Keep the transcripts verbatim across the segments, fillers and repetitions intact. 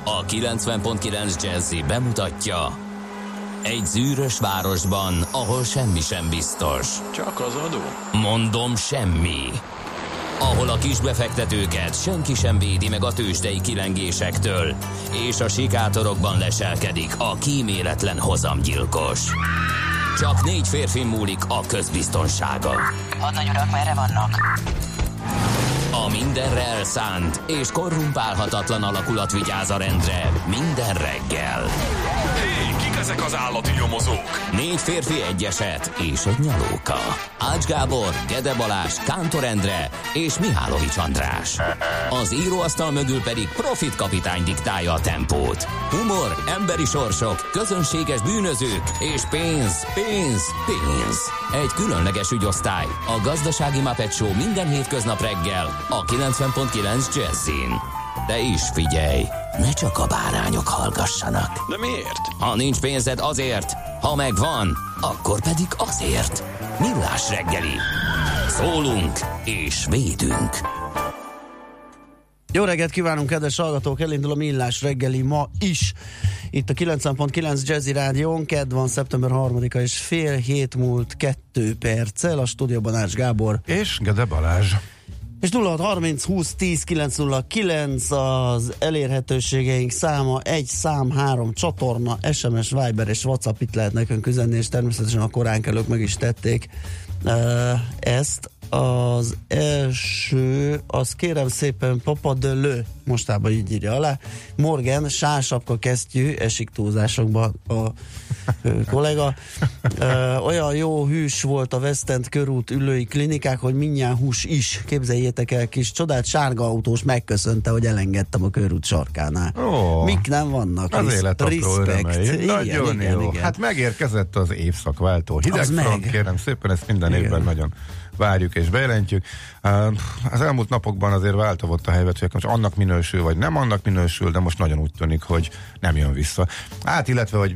A kilencven pont kilenc Jazzy bemutatja: egy zűrös városban, ahol semmi sem biztos. Csak az adó? Mondom, semmi. Ahol a kisbefektetőket senki sem védi meg a tőzsdei kilengésektől, és a sikátorokban leselkedik a kíméletlen hozamgyilkos. Csak négy férfi múlik a közbiztonsága. Hadnagy urak, merre vannak? A mindenre elszánt és korrumpálhatatlan alakulat vigyáz a rendre minden reggel. Hé, kik ezek az állati nyomozók? Négy férfi, egy eset és egy nyalóka. Ács Gábor, Gede Balázs, Kántor Endre és Mihálovics András. Az íróasztal mögül pedig Profit kapitány diktálja a tempót. Humor, emberi sorsok, közönséges bűnözők és pénz, pénz, pénz. Egy különleges ügyosztály, a Gazdasági Muppet Show minden hétköznap reggel a kilencven pont kilenc Jazzin. De is figyelj, ne csak a bárányok hallgassanak. De miért? Ha nincs pénzed, azért, ha megvan, akkor pedig azért. Millás reggeli. Szólunk és védünk. Jó reggelt kívánunk, kedves hallgatók! Elindul a Millás reggeli ma is. Itt a kilencven pont kilenc Jazzy Rádión, kedd van, szeptember harmadika és fél hét múlt kettő perccel. A stúdióban Ács Gábor és Gede Balázs. És nulla hat harminc húsz tíz kilenc nulla kilenc az elérhetőségeink száma, egy szám, három csatorna, es em es, Viber és WhatsApp, itt lehet nekünk üzenni, és természetesen a koránkelők meg is tették uh, ezt. Az első, az kérem szépen Papa de Lő, mostában így írja alá. Morgan, sásapka kesztyű, esik túlzásokban a ő, kollega. Ö, olyan jó hűs volt a West End körút ülői klinikák, hogy mindjárt hús is. Képzeljétek el, kis csodát, sárga autós megköszönte, hogy elengedtem a körút sarkánál. Oh, mik nem vannak? az élet apró örömei. Igen, nagyon igen, jó. igen. Hát megérkezett az évszakváltó hidegfront, kérem szépen, ezt minden igen. évben nagyon várjuk és bejelentjük. Az elmúlt napokban azért változott a helyzet, hogy most annak minősül, vagy nem annak minősül, de most nagyon úgy tűnik, hogy nem jön vissza. Hát, illetve, hogy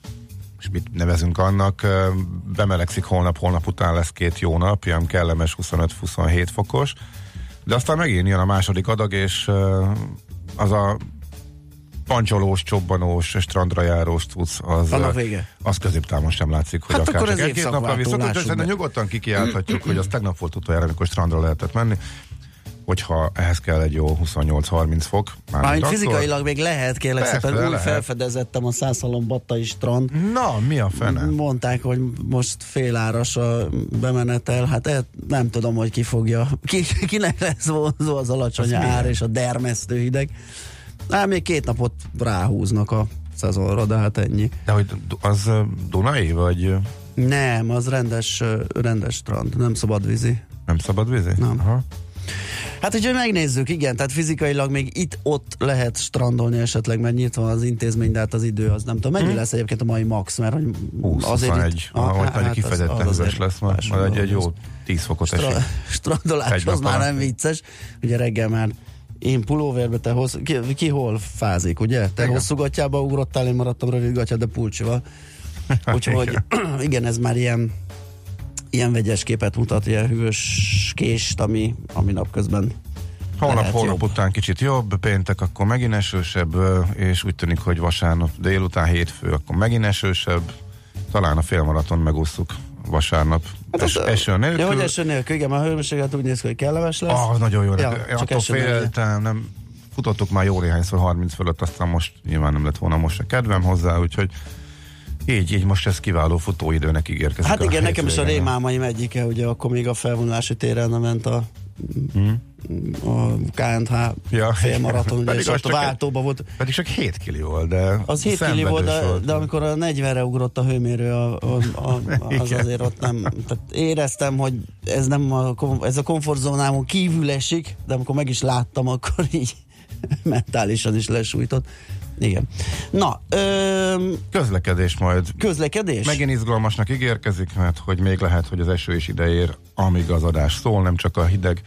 és mit nevezünk annak, bemelegszik holnap, holnap után lesz két jó nap, ilyen kellemes huszonöt-huszonhét fokos, de aztán megint jön a második adag, és az a pancsolós, csobbanós, strandra járós cucc, az, az középtávon sem látszik, hogy hát akár csak egy-két napra visszatott, de nyugodtan kikiálthatjuk, hogy az tegnap volt utoljára, amikor strandra lehetett menni, hogyha ehhez kell egy jó huszonnyolc-harminc fok. Mármint fizikailag még lehet, kérlek szépen, úgy felfedezettem a Szászhalom-Battai strand. Na, mi a fene? Mondták, hogy most féláras a bemenetel, hát el, nem tudom, hogy ki fogja, ki, kinek lesz vonzó az alacsony az ár és a dermesztő hideg. Hát még két napot ráhúznak a szezonra, de hát ennyi. De hogy az Dunai, vagy? Nem, az rendes, rendes strand, nem szabadvízi. Nem szabadvízi? Nem. Aha. Hát, úgyhogy megnézzük, igen, tehát fizikailag még itt-ott lehet strandolni esetleg, mert nyitva az intézmény, de hát az idő az nem tudom. Mennyi hmm. lesz egyébként a mai max, mert hogy húsz, azért itt... Ah, hát, hát kifejezetten hűvös lesz, majd, majd egy, egy jó tíz fokot esik. Stra- strandolás az már nem vicces. Ugye reggel már én pulóverbe, te hossz... Ki, ki hol fázik, ugye? Te hosszúgatjába ugrottál, én maradtam rövidgatja, de pulcsival. Úgyhogy igen, ez már ilyen ilyen vegyes képet mutat, ilyen hűvös kést, ami, ami napközben holnap, holnap után kicsit jobb, péntek akkor megint esősebb, és úgy tűnik, hogy vasárnap délután hétfő, akkor megint esősebb, talán a félmaraton megússzuk vasárnap. Hát es, eső nélkül. Ja, hogy eső nélkül, igen, már a hőmérséklet úgy néz ki, hogy kellemes lesz. Ah, nagyon jó. Ja, én attól féltem, nem futottuk már jó néhányszor harminc fölött, aztán most nyilván nem lett volna most se kedvem hozzá, úgyhogy Így, így most ez kiváló futóidőnek ígérkezik. Hát igen, nekem is a rémálmaim egyike, ugye akkor még a felvonulási téren ment a, hmm. a ká en há ja, félmaraton, ugye, és ott a váltóban volt. Pedig csak hét kiló volt, de az hét kiló volt, de, de amikor a negyvenre ugrott a hőmérő, a, a, a, az azért ott nem, tehát éreztem, hogy ez nem a, ez a komfortzónámon kívül esik, de amikor meg is láttam, akkor így mentálisan is lesújtott. Igen. Na, öm, közlekedés majd. Közlekedés? Megint izgalmasnak ígérkezik, mert hogy még lehet, hogy az eső is ideér, amíg az adás szól, nem csak a hideg.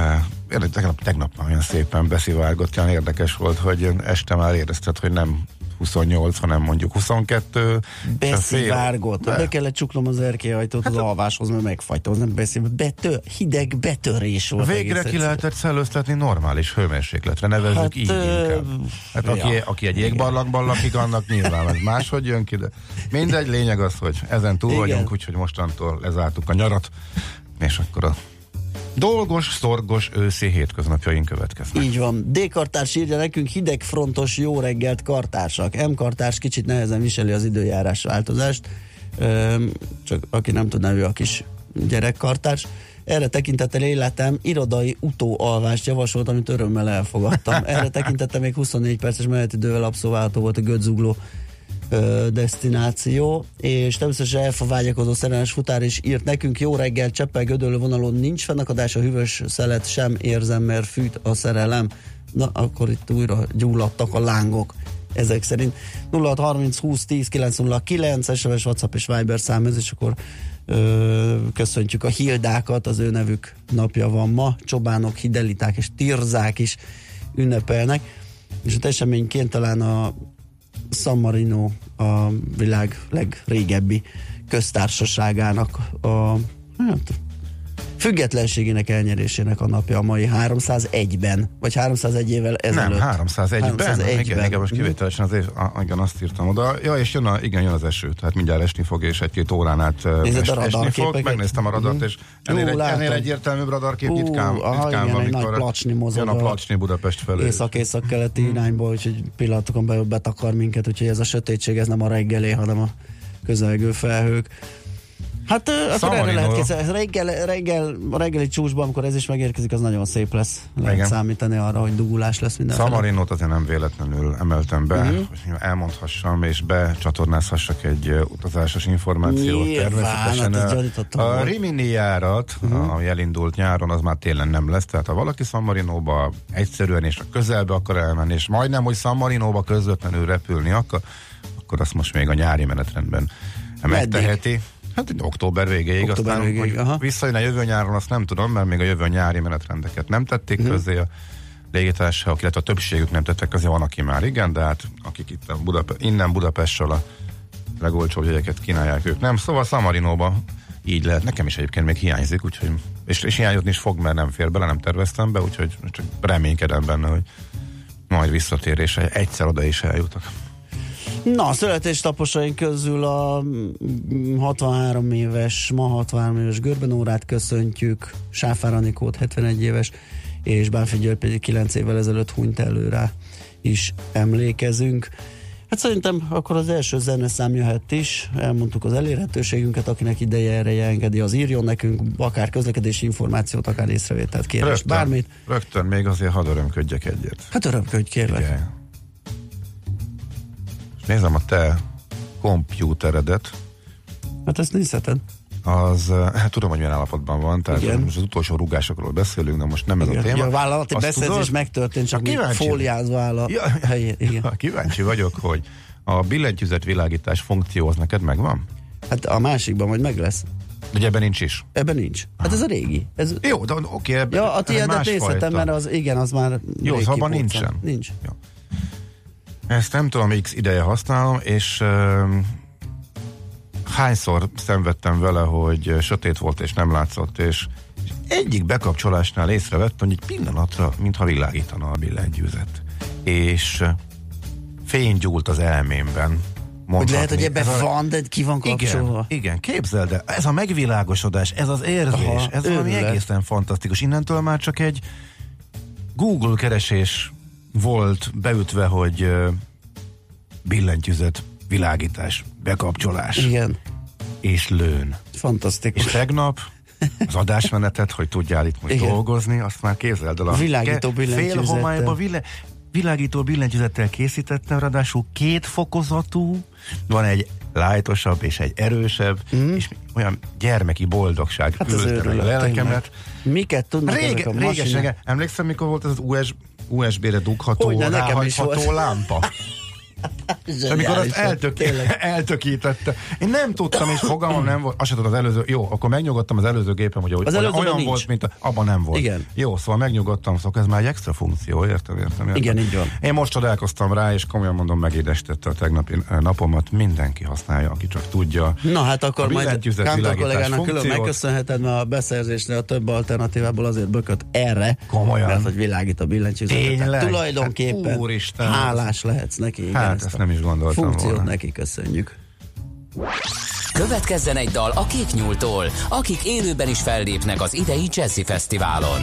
Uh, tegnap, tegnap olyan szépen beszivárgott, olyan érdekes volt, hogy este már érezted, hogy nem huszonnyolc, hanem mondjuk huszonkettő. Beszivárgott. Be. be kellett csuknom az erkélyajtót hát az alváshoz, mert megfagyta, az nem beszél. Betör, hideg betörés volt. Végre ki lehetett szellőztetni normális hőmérsékletre, nevezzük hát, így inkább. Hát ja. aki, aki egy jégbarlangban lakik, annak nyilván ez máshogy jön ki, de mindegy, lényeg az, hogy ezen túl igen. vagyunk, úgyhogy mostantól lezártuk a nyarat, és akkor a dolgos, szorgos őszi hétköznapjaink következnek. Így van. D-kartárs írja nekünk, hidegfrontos jó reggelt kartársak. M-kartárs kicsit nehezen viseli az időjárás változást. Üm, csak aki nem tudná, ő a kis gyerekkartárs. Erre tekintettel életem irodai utóalvást javasolt, amit örömmel elfogadtam. Erre tekintettel még huszonnégy perces menetidővel abszolválható volt a Gödzugló desztináció, és természetesen elfavágyakozó szerelmes futár is írt nekünk, jó reggel, Cseppel Gödöllő vonalon nincs fennakadás, a hűvös szelet sem érzem, mert fűt a szerelem. Na, akkor itt újra gyulladtak a lángok ezek szerint. nulla hat harminc húsz tíz kilenc nulla kilenc es em es, WhatsApp és Viber szám ez, és akkor ö, köszöntjük a Hildákat, az ő nevük napja van ma, Csobánok, Hideliták és Tirzák is ünnepelnek, és az eseményként talán a San Marino a világ legrégebbi köztársaságának a hát, függetlenségének elnyerésének a napja a mai háromszázegyben, vagy háromszázegy évvel ezelőtt. Nem, háromszázegyben. háromszázegyben. Igen, igen, most kivételesen azért, igen, azt írtam oda. Ja, és jön, a, igen, jön az eső, tehát mindjárt esni fog, és egy-két órán át es, esni fog. Megnéztem a radart, és ennél, egy, ennél egyértelműbb radarkép ritkán, ritkán van, mikor jön a Placsni Budapest felé. Észak-észak-keleti mm. irányból, úgyhogy pillanatokon belül betakar minket, úgyhogy ez a sötétség, ez nem a reggelé, hanem a közelgő felhők. Hát akkor erre lehet készíteni. Reggel, reggel, a reggeli csúcsban, amikor ez is megérkezik, az nagyon szép lesz. Lehet igen. számítani arra, hogy dugulás lesz mindenféle. San Marinót azért nem véletlenül emeltem be, uh-huh. hogy elmondhassam és becsatornázhassak egy uh, utazásos információt. Nyilván, természetesen hát a, a Rimini járat, uh-huh. ami elindult nyáron, az már télen nem lesz, tehát ha valaki San Marinóba egyszerűen és a közelbe akar elmenni, és majdnem, hogy San Marinóba közvetlenül repülni akar, akkor azt most még a nyári menetrendben megteheti. Hát október végéig, október aztán végéig, hogy visszajön a jövő nyáron, azt nem tudom, mert még a jövő nyári menetrendeket nem tették uh-huh. közé a légitársaságok, illetve a többségük nem tettek közé, van, aki már igen, de hát akik itt Budape- innen Budapestről a legolcsóbb jegyeket kínálják, ők nem. Szóval San Marinóba így lehet. Nekem is egyébként még hiányzik, úgyhogy, és, és hiányozni is fog, mert nem fér bele, nem terveztem be, úgyhogy csak reménykedem benne, hogy majd visszatérésre egyszer oda is eljutok. Na, a születéstaposaink közül a hatvanhárom éves, ma hatvanhárom éves Görbenórát köszöntjük, Sáfár Anikót hetvenegy éves, és Bánfi György pedig kilenc évvel ezelőtt hunyt elő rá is emlékezünk. Hát szerintem akkor az első zeneszám jöhet is, elmondtuk az elérhetőségünket, akinek ideje ereje engedi, az írjon nekünk, akár közlekedési információt, akár észrevételt, kérdést, bármit. Rögtön még azért hadd örömködjek egyet. Hát örömködj, kérlek. Igen. Nézem a te kompjúteredet. Hát ezt nézheted. Az, hát tudom, hogy milyen állapotban van, tehát igen. most az utolsó rugásokról beszélünk, de most nem igen. ez a téma. Ja, a vállalati azt beszerzés tudod? Megtörtént, csak még fóliázva áll a ja. helyén. Igen. Kíváncsi vagyok, hogy a billentyűzet világítás funkció az neked megvan? Hát a másikban majd meg lesz. De ebben nincs is? Ebben nincs. Hát ez a régi. Ez... Jó, de oké. Okay, ja, a tiédet nézhetem, mert az, igen, az már jó, az abban nincsen. Nincs. Jó. Ezt nem tudom, x ideje használom, és uh, hányszor szenvedtem vele, hogy sötét volt és nem látszott, és, és egyik bekapcsolásnál észrevettem, hogy egy pillanatra, mintha világítana a billentyűzet. És uh, fény gyúlt az elmémben. Hogy lehet, hogy ebben a... van, de ki van kapcsolva. Igen, igen, képzeld el, ez a megvilágosodás, ez az érzés, aha, ez valami egészen fantasztikus. Innentől már csak egy Google keresés volt beütve, hogy uh, billentyűzet, világítás, bekapcsolás. Igen. És lőn. Fantasztikus. És tegnap az adásmenetet, hogy tudjál itt most igen. dolgozni, azt már képzeld el. A világító billentyűzettel. Fél homályban vile, világító billentyűzettel készítettem, ráadásul két fokozatú, van egy lightosabb és egy erősebb, mm. és olyan gyermeki boldogság hát küldte meg a lelkemet. Miket tudnak Rége, ezek a masinák? Emlékszem, mikor volt ez az u es bé-re dugható, ráhajtható lámpa? amikor azt eltök, eltökítette. Én nem tudtam, és fogalmam nem volt. Azt sem tudom, az előző, jó, akkor megnyugodtam az előző gépem, hogy az olyan, olyan volt, mint a, abban nem volt. Igen. Jó, szóval megnyugodtam, szóval ez már egy extra funkció, értem, értem, értem. Igen, így van. Én most csodálkoztam rá, és komolyan mondom, megédesítette a tegnapi napomat. Mindenki használja, aki csak tudja. Na hát akkor majd Kántor kollégának külön megköszönheted, mert a beszerzésre a több alternatívából azért bökött erre. Komolyan. Mert hogy világít a billentyűzetet. Tulajdonképpen hát, úristen, hálás lehetsz neki. Igen, hát ezt nem is gondoltam funkciót volna. neki köszönjük. Következzen egy dal a Kék Nyúltól, akik élőben is fellépnek az idei Jazzy Fesztiválon.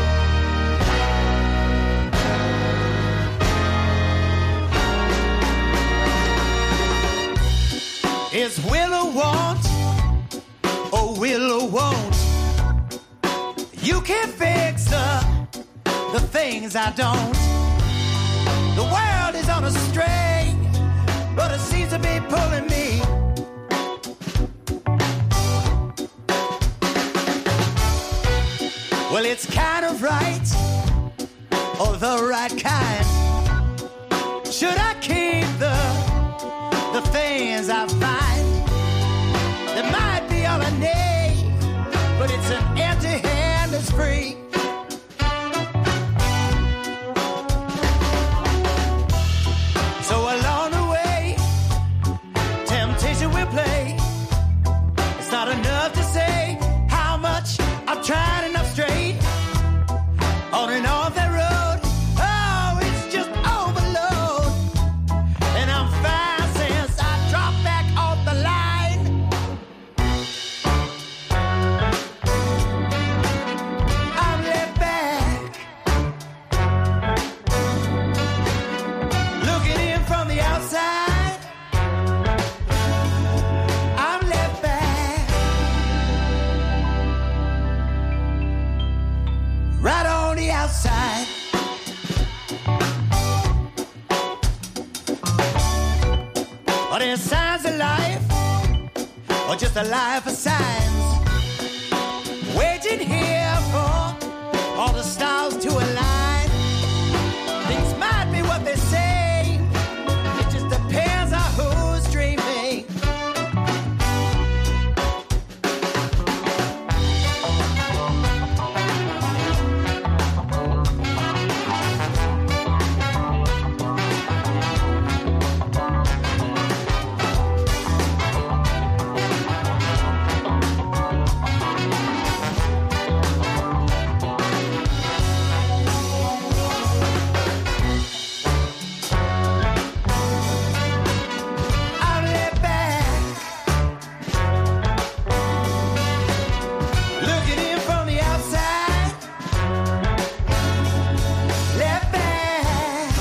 Is will or won't, or will or won't. You can't fix the, the things I don't. The world is on a string, but it seems to be pulling me. Well, it's kind of right, or the right kind. Should I keep the, the things I find? They might be all I need, but it's an empty hand that's free. So along the way, temptation will play. It's not enough to say how much I've tried and I've strayed on and off that road. Oh, it's just overload, and I'm fine since I dropped back off the line. I'm left back, looking in from the outside. I'm left back, right on the outside. Are there signs of life, or just a life of signs? Waiting here for all the stars to align. Things might be what they say, it just depends on who's dreaming. I'm left back, looking in from the outside. Left back,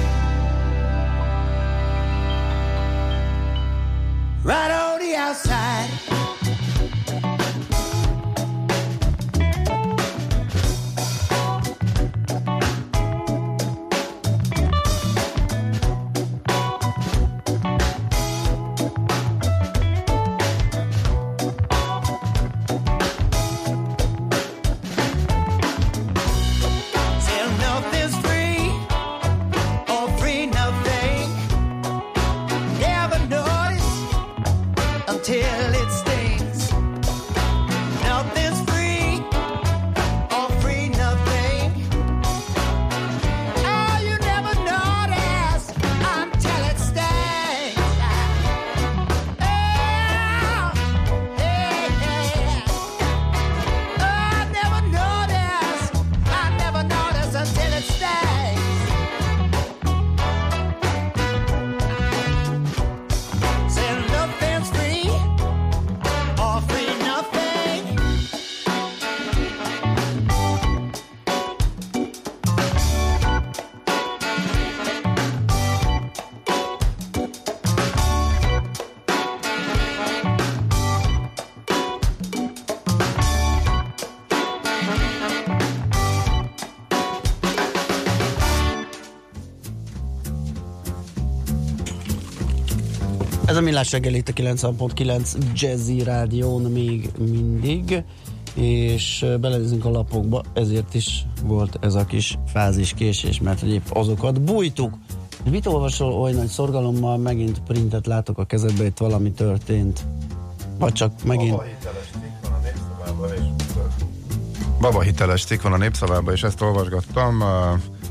right on the outside. Till nothing's free, or free nothing. Never notice until it stings. Nothing's free, or free nothing. Oh, you never notice until it stings. Oh, yeah, yeah. Oh, I never notice, I never notice until it stings. Say nothing's free, or free nothing. Ez a Millás reggel itt a kilencven pont kilenc Jazzy Rádión még mindig, és belenézünk a lapokba, ezért is volt ez a kis fáziskésés, mert hogy épp azokat bújtuk, Mit olvasol oly nagy szorgalommal, megint printet látok a kezedbe, itt valami történt. Vagy csak megint... Baba hiteles cikk van a Népszavában, és... Baba hiteles cikk van a Népszavában, és ezt olvasgattam. A,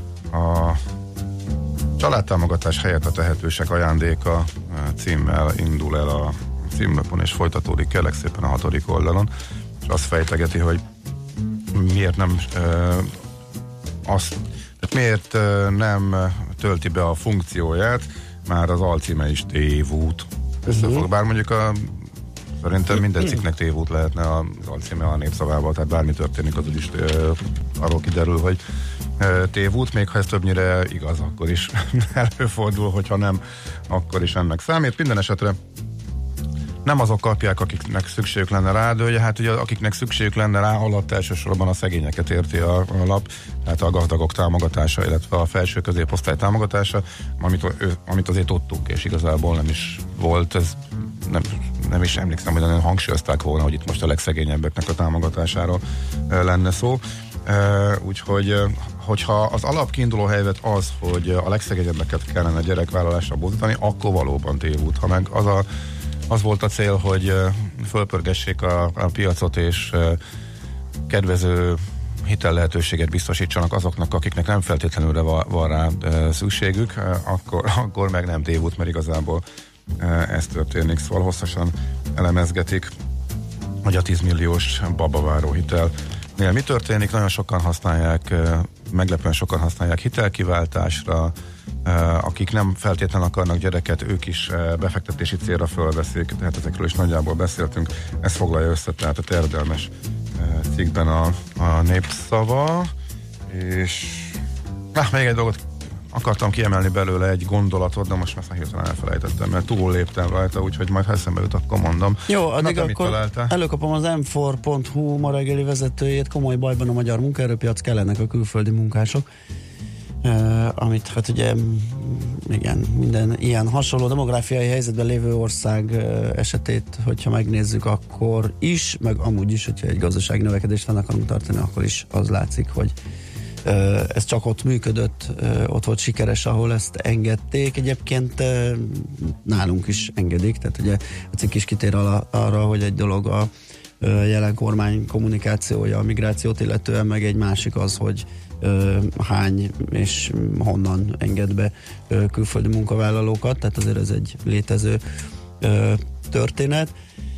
a családtámogatás helyett a tehetősek ajándéka címmel indul el a címlapon, és folytatódik kérlek szépen a hatodik oldalon, és azt fejtegeti, hogy miért nem ö, azt, tehát miért ö, nem tölti be a funkcióját, már az alcíme is tévút. Összefog, bár mondjuk a szerintem minden cikknek tévút lehetne az alcíme a Népszavával, tehát bármi történik, az is ö, arról kiderül, hogy ö, tévút, még ha ez többnyire igaz, akkor is előfordul, hogyha nem, akkor is ennek számít. Minden esetre nem azok kapják, akiknek szükségük lenne rá, de ugye, hát ugye akiknek szükségük lenne rá, alatt elsősorban a szegényeket érti a, a lap, tehát a gazdagok támogatása, illetve a felső középosztály támogatása, amit, amit azért tudtunk, és igazából nem is volt, ez nem, nem is emlékszem, hogy nagyon hangsúlyozták volna, hogy itt most a legszegényebbeknek a támogatásáról lenne szó. Úgyhogy hogyha az alapkiinduló helyzet az, hogy a legszegényebbeket kellene gyerekvállalásra buzdítani, akkor valóban tévút. Ha meg az a Az volt a cél, hogy fölpörgessék a, a piacot, és kedvező hitel lehetőséget biztosítsanak azoknak, akiknek nem feltétlenül van rá szükségük, akkor, akkor meg nem tévút, mert igazából ez történik. Szóval hosszasan elemezgetik, hogy a tíz milliós babaváró hitelnél mi történik. Nagyon sokan használják, meglepően sokan használják hitelkiváltásra, Uh, akik nem feltétlenül akarnak gyereket, ők is uh, befektetési célra fölveszik, tehát ezekről is nagyjából beszéltünk. Ez foglalja össze tehát a terjedelmes uh, cikkben a, a Népszava, és ah, még egy dolgot akartam kiemelni belőle, egy gondolatot, de most már hirtelen elfelejtettem, mert túl léptem rajta, úgyhogy majd ha eszembe jut, akkor mondom. Jó, addig akkor előkapom az em négy pont hu ma reggeli vezetőjét. Komoly bajban a magyar munkaerőpiac, kellenek a külföldi munkások. Uh, amit hát ugye igen, minden ilyen hasonló demográfiai helyzetben lévő ország uh, esetét, hogyha megnézzük, akkor is, meg amúgy is, hogyha egy gazdasági növekedést fenn akarunk tartani, akkor is az látszik, hogy uh, ez csak ott működött, uh, ott volt sikeres, ahol ezt engedték. Egyébként uh, nálunk is engedik, tehát ugye a cikk is kitér ala, arra, hogy egy dolog a uh, jelen kormány kommunikációja a migrációt illetően, meg egy másik az, hogy Uh, hány és honnan enged be uh, külföldi munkavállalókat, tehát azért ez egy létező uh, történet,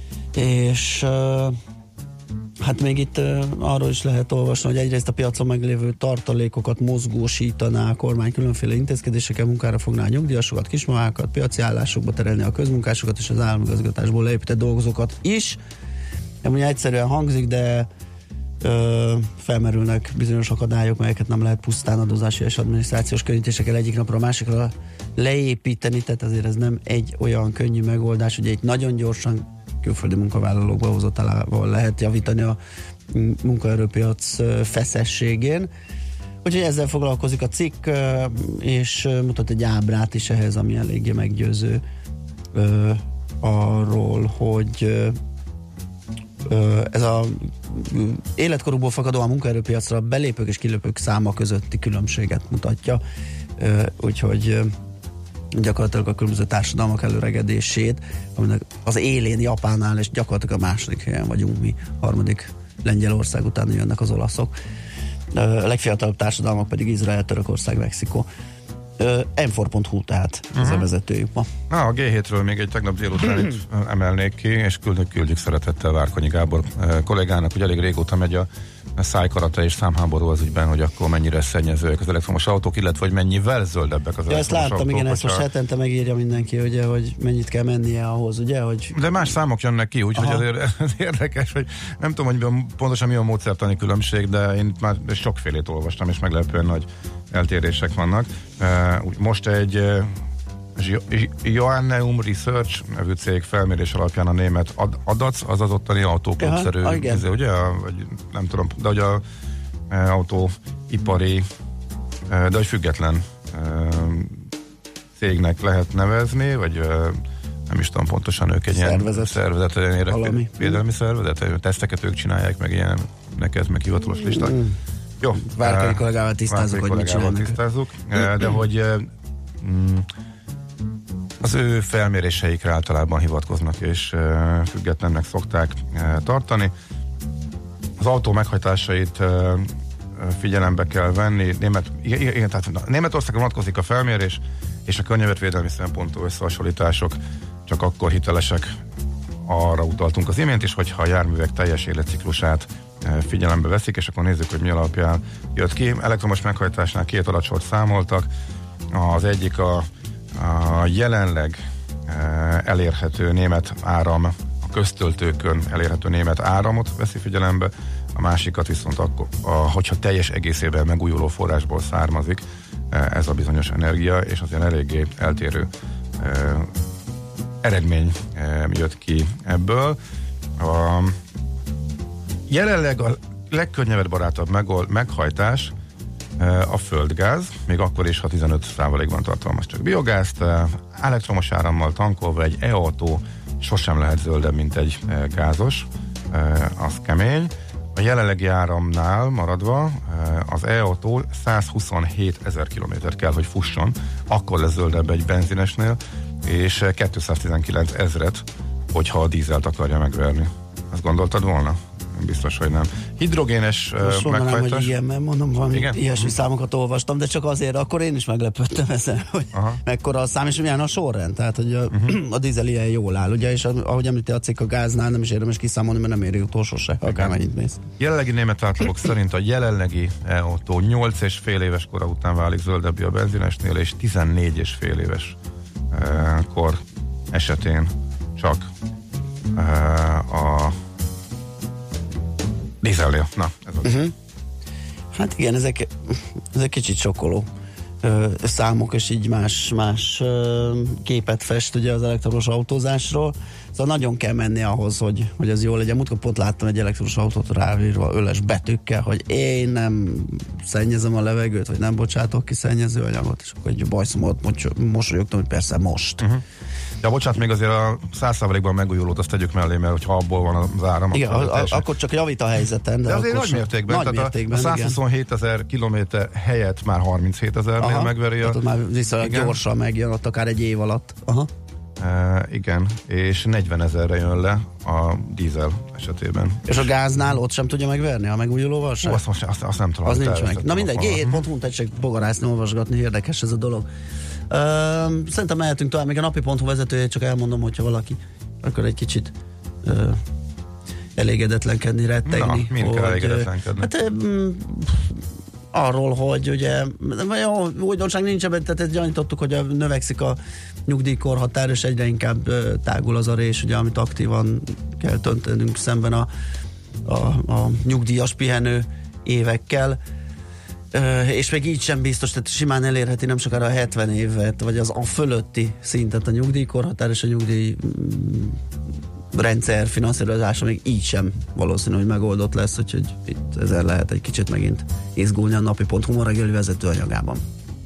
és uh, hát még itt uh, arról is lehet olvasni, hogy egyrészt a piacon meglévő tartalékokat mozgósítaná a kormány különféle intézkedésekkel, munkára fogná a nyugdíjasokat, kismamákat, piaci állásokba terelni a közmunkásokat és az államigazgatásból leépített dolgozókat is. Nem ugye egyszerűen hangzik, de Ö, felmerülnek bizonyos akadályok, melyeket nem lehet pusztán adózási és adminisztrációs könnyítésekkel egyik napra a másikra leépíteni, tehát azért ez nem egy olyan könnyű megoldás, ugye itt nagyon gyorsan külföldi munkavállalók behozattalával lehet javítani a munkaerőpiac feszességén. Úgyhogy ezzel foglalkozik a cikk, és mutat egy ábrát is ehhez, ami eléggé meggyőző ö, arról, hogy ez a életkorukból fakadóan munkaerőpiacra belépők és kilépők száma közötti különbséget mutatja, úgyhogy gyakorlatilag a különböző társadalmak előregedését, aminek az élén Japánnál, és gyakorlatilag a második helyen vagyunk mi, harmadik Lengyelország után jönnek az olaszok, a legfiatalabb társadalmak pedig Izrael, Törökország, Mexikó. em négy pont hu tehát uh-huh. ez a vezetőjük ma. Na, a gé hétről még egy tegnap délután itt emelnék ki, és küldjük, küldjük szeretettel Várkonyi Gábor kollégának, hogy elég régóta megy a szájkarata és számháború az ügyben, hogy akkor mennyire szennyezőek az elektromos autók, illetve hogy mennyivel zöldebbek az ja, elektromos ezt láttam, autók. Igen, ezt most hetente megírja mindenki, ugye, hogy mennyit kell mennie ahhoz, ugye, hogy... De más számok jönnek ki, úgyhogy azért ez érdekes, hogy nem tudom, hogy pontosan mi a módszertani különbség, de én már sokfélét olvastam, és meglepően nagy eltérések vannak. Most egy Joanneum Research nevű cég felmérés alapján a német adac, az az ottani autóklubszerű, ugye, vagy nem tudom, de hogy a e, autóipari, e, de hogy független e, cégnek lehet nevezni, vagy e, nem is tudom pontosan, ők egy szervezet. ilyen szervezet, védelmi szervezet, teszteket ők csinálják, meg ilyen neked, meg hivatalos listák. Mm. Jó. Várkonyi kollégával tisztázzuk, hogy mit csinálnak. tisztázzuk, de hogy mm, az ő felméréseikre általában hivatkoznak, és e, függetlennek szokták e, tartani. Az autó meghajtásait e, figyelembe kell venni. Német, igen, tehát Németországon vonatkozik a felmérés, és a környezetvédelmi szempontú összehasonlítások csak akkor hitelesek, arra utaltunk az imént is, hogyha a járművek teljes életciklusát figyelembe veszik, és akkor nézzük, hogy mi alapján jött ki. Elektromos meghajtásnál két adatsort számoltak. Az egyik a, a jelenleg elérhető német áram, a köztöltőkön elérhető német áramot veszi figyelembe, a másikat viszont akkor, a, hogyha teljes egészében megújuló forrásból származik ez a bizonyos energia, és azért eléggé eltérő eh, eredmény eh, jött ki ebből. A, jelenleg a legkörnyezetbarátabb megold, meghajtás eh, a földgáz, még akkor is, ha tizenöt százalékban tartalmaz csak biogázt, eh, elektromos árammal tankolva egy e-autó sosem lehet zöldebb, mint egy eh, gázos, eh, az kemény. A jelenlegi áramnál maradva az e-autó százhuszonhét ezer kilométert kell, hogy fusson, akkor lesz zöldebb egy benzinesnél, és kétszáztizenkilenc ezret, hogyha a dízelt akarja megverni. Azt gondoltad volna? Biztos, hogy nem. Hidrogénes most meghajtás. Mondanám, hogy igen, mert mondom, valami igen? ilyesmi számokat olvastam, de csak azért, akkor én is meglepődtem ezen, hogy aha. mekkora a szám, és milyen a sorrend, tehát, hogy a, uh-huh. a dízel ilyen jól áll, ugye, és ahogy említi a cikk, a gáznál nem is érdemes kiszámolni, mert nem éri utolsó se, akármennyit mész. Jelenlegi német átlagok szerint a jelenlegi e-autó nyolc és fél éves kora után válik zöldebbé a benzinesnél, és tizennégy és fél éves e, kor esetén csak e, a dízelnél. Na, ez az. Uh-huh. Hát igen, ezek, ezek kicsit sokkoló ö, számok, és így más, más ö, képet fest ugye az elektromos autózásról. Szóval nagyon kell menni ahhoz, hogy, hogy ez jó legyen. Múltkor pont láttam egy elektromos autót ráírva öles betűkkel, hogy én nem szennyezem a levegőt, vagy nem bocsátok ki szennyezőanyagot, és akkor egy bajszomot mosolyogtam, hogy persze most. Uh-huh. Ja, bocsánat, még azért a száz százalékban megújulót azt tegyük mellé, mert hogyha abból van az áram, igen, akkor, a, a, akkor csak javít a helyzeten. De, de azért nagy mértékben. Nagy mértékben, a százhuszonhét ezer kilométer helyett már harminchét ezernél megveri. Tehát már viszonylag gyorsan megjön, ott akár egy év alatt. Aha. E, igen, és negyven ezerre jön le a dízel esetében. És a gáznál ott sem tudja megverni a megújulóval sem? Ó, azt, most, azt, azt nem tudom. Az nincs meg. Na mindegy, gé hét pont hu-n tessék bogarászni, olvasgatni, érdekes ez a dolog. Uh, szerintem mehetünk tovább, még a napi pont hu vezetőjét csak elmondom, hogyha valaki akkor egy kicsit uh, elégedetlenkedni, rettegni. Na, mind kell elégedetlenkedni? Hát um, arról, hogy ugye jó, újdonság nincs ebben, tehát gyanítottuk, hogy a, növekszik a nyugdíjkorhatár, és egyre inkább uh, tágul az a rés, ugye, amit aktívan kell töntenünk szemben a, a, a nyugdíjas pihenő évekkel. Uh, és még így sem biztos, tehát simán elérheti nem sokára a hetven évet, vagy az a fölötti szintet a nyugdíjkorhatár, és a nyugdíj mm, rendszer finanszírozása még így sem valószínű, hogy megoldott lesz, úgyhogy itt ezzel lehet egy kicsit megint izgulni a napi pont hu reggeli vezető anyagában.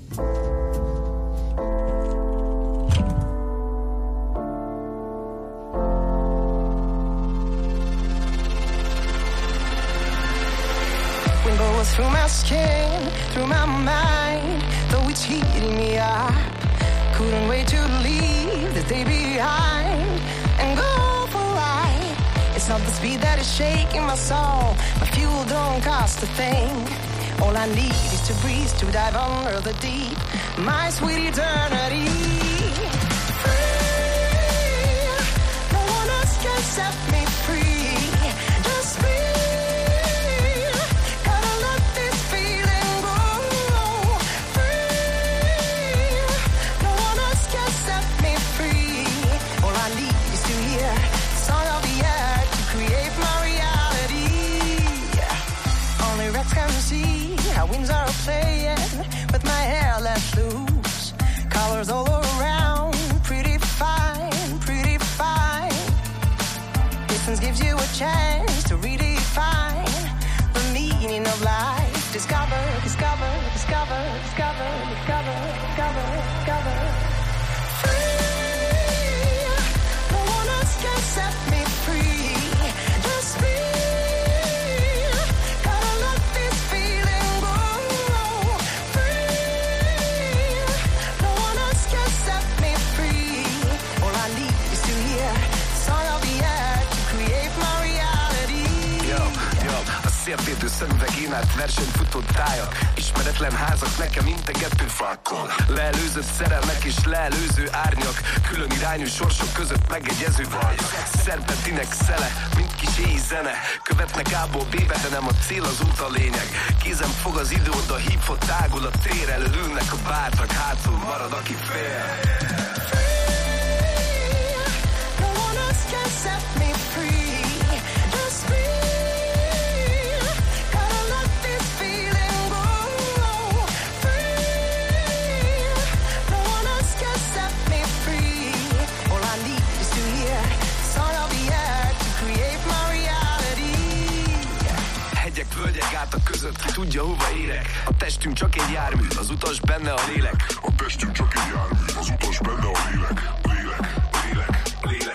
Through my skin, through my mind, though it's heating me up. Couldn't wait to leave the day behind and go for a ride. It's not the speed that is shaking my soul. My fuel don't cost a thing. All I need is to breathe, to dive under the deep. My sweet eternity. Free, no one else can set me free. Just me. Playing with my hair let loose, colors all around, pretty fine, pretty fine. Distance gives you a chance to redefine the meaning of life. Discover, discover, discover, discover, discover, discover, discover. Free, no one else can set me free. Just me. napvédő szemüveg, én át versenyfutó tájak, ismeretlen házak nekem integető fákkal, leelőzött szerelmek és leelőző árnyak, külön irányú sorsok között megegyező vaj, szerpentinek szele, mint kis éj zene, követnek A-ból B-be, de nem a cél, az út a lényeg, kézem fog az idő, oda hívott tágul a tér, elől ülnek a bártak, hátul marad aki fél. Set me free, just me. Gotta let this feeling go free. No one else can set me free. All I need is to hear the song of the air to create my reality. Hegyek, völgyek, gátak között, ki tudja hova érek. A testünk csak egy jármű, az utas benne a lélek. A testünk csak egy jármű, az utas benne a lélek. Lélek, lélek, lélek.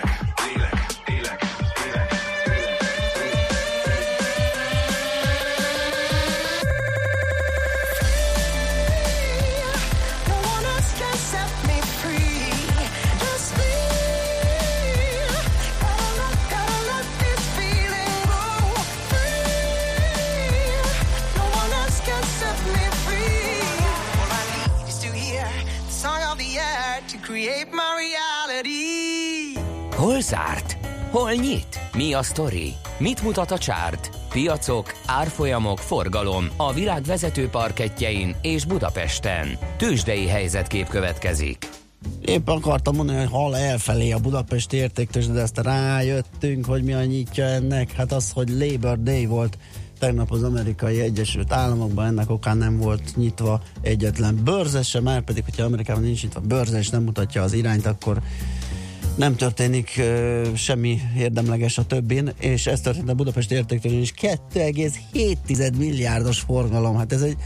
Hol zárt? Hol nyit? Mi a sztori? Mit mutat a csárt? Piacok, árfolyamok, forgalom a világ vezető parkettjein és Budapesten. Tőzsdei helyzetkép következik. Épp akartam mondani, hogy hal elfelé a budapesti értéktőzsde, de ezt rájöttünk, hogy mi a nyitja ennek. Hát az, hogy Labor Day volt tegnap az Amerikai Egyesült Államokban, ennek okán nem volt nyitva egyetlen bőrze sem, már pedig, hogyha Amerikában nincs nyitva bőrze és nem mutatja az irányt, akkor nem történik uh, semmi érdemleges a többin, és ez történt a Budapesti értéktőzsdén is, kettő egész hét milliárdos forgalom, hát ez egy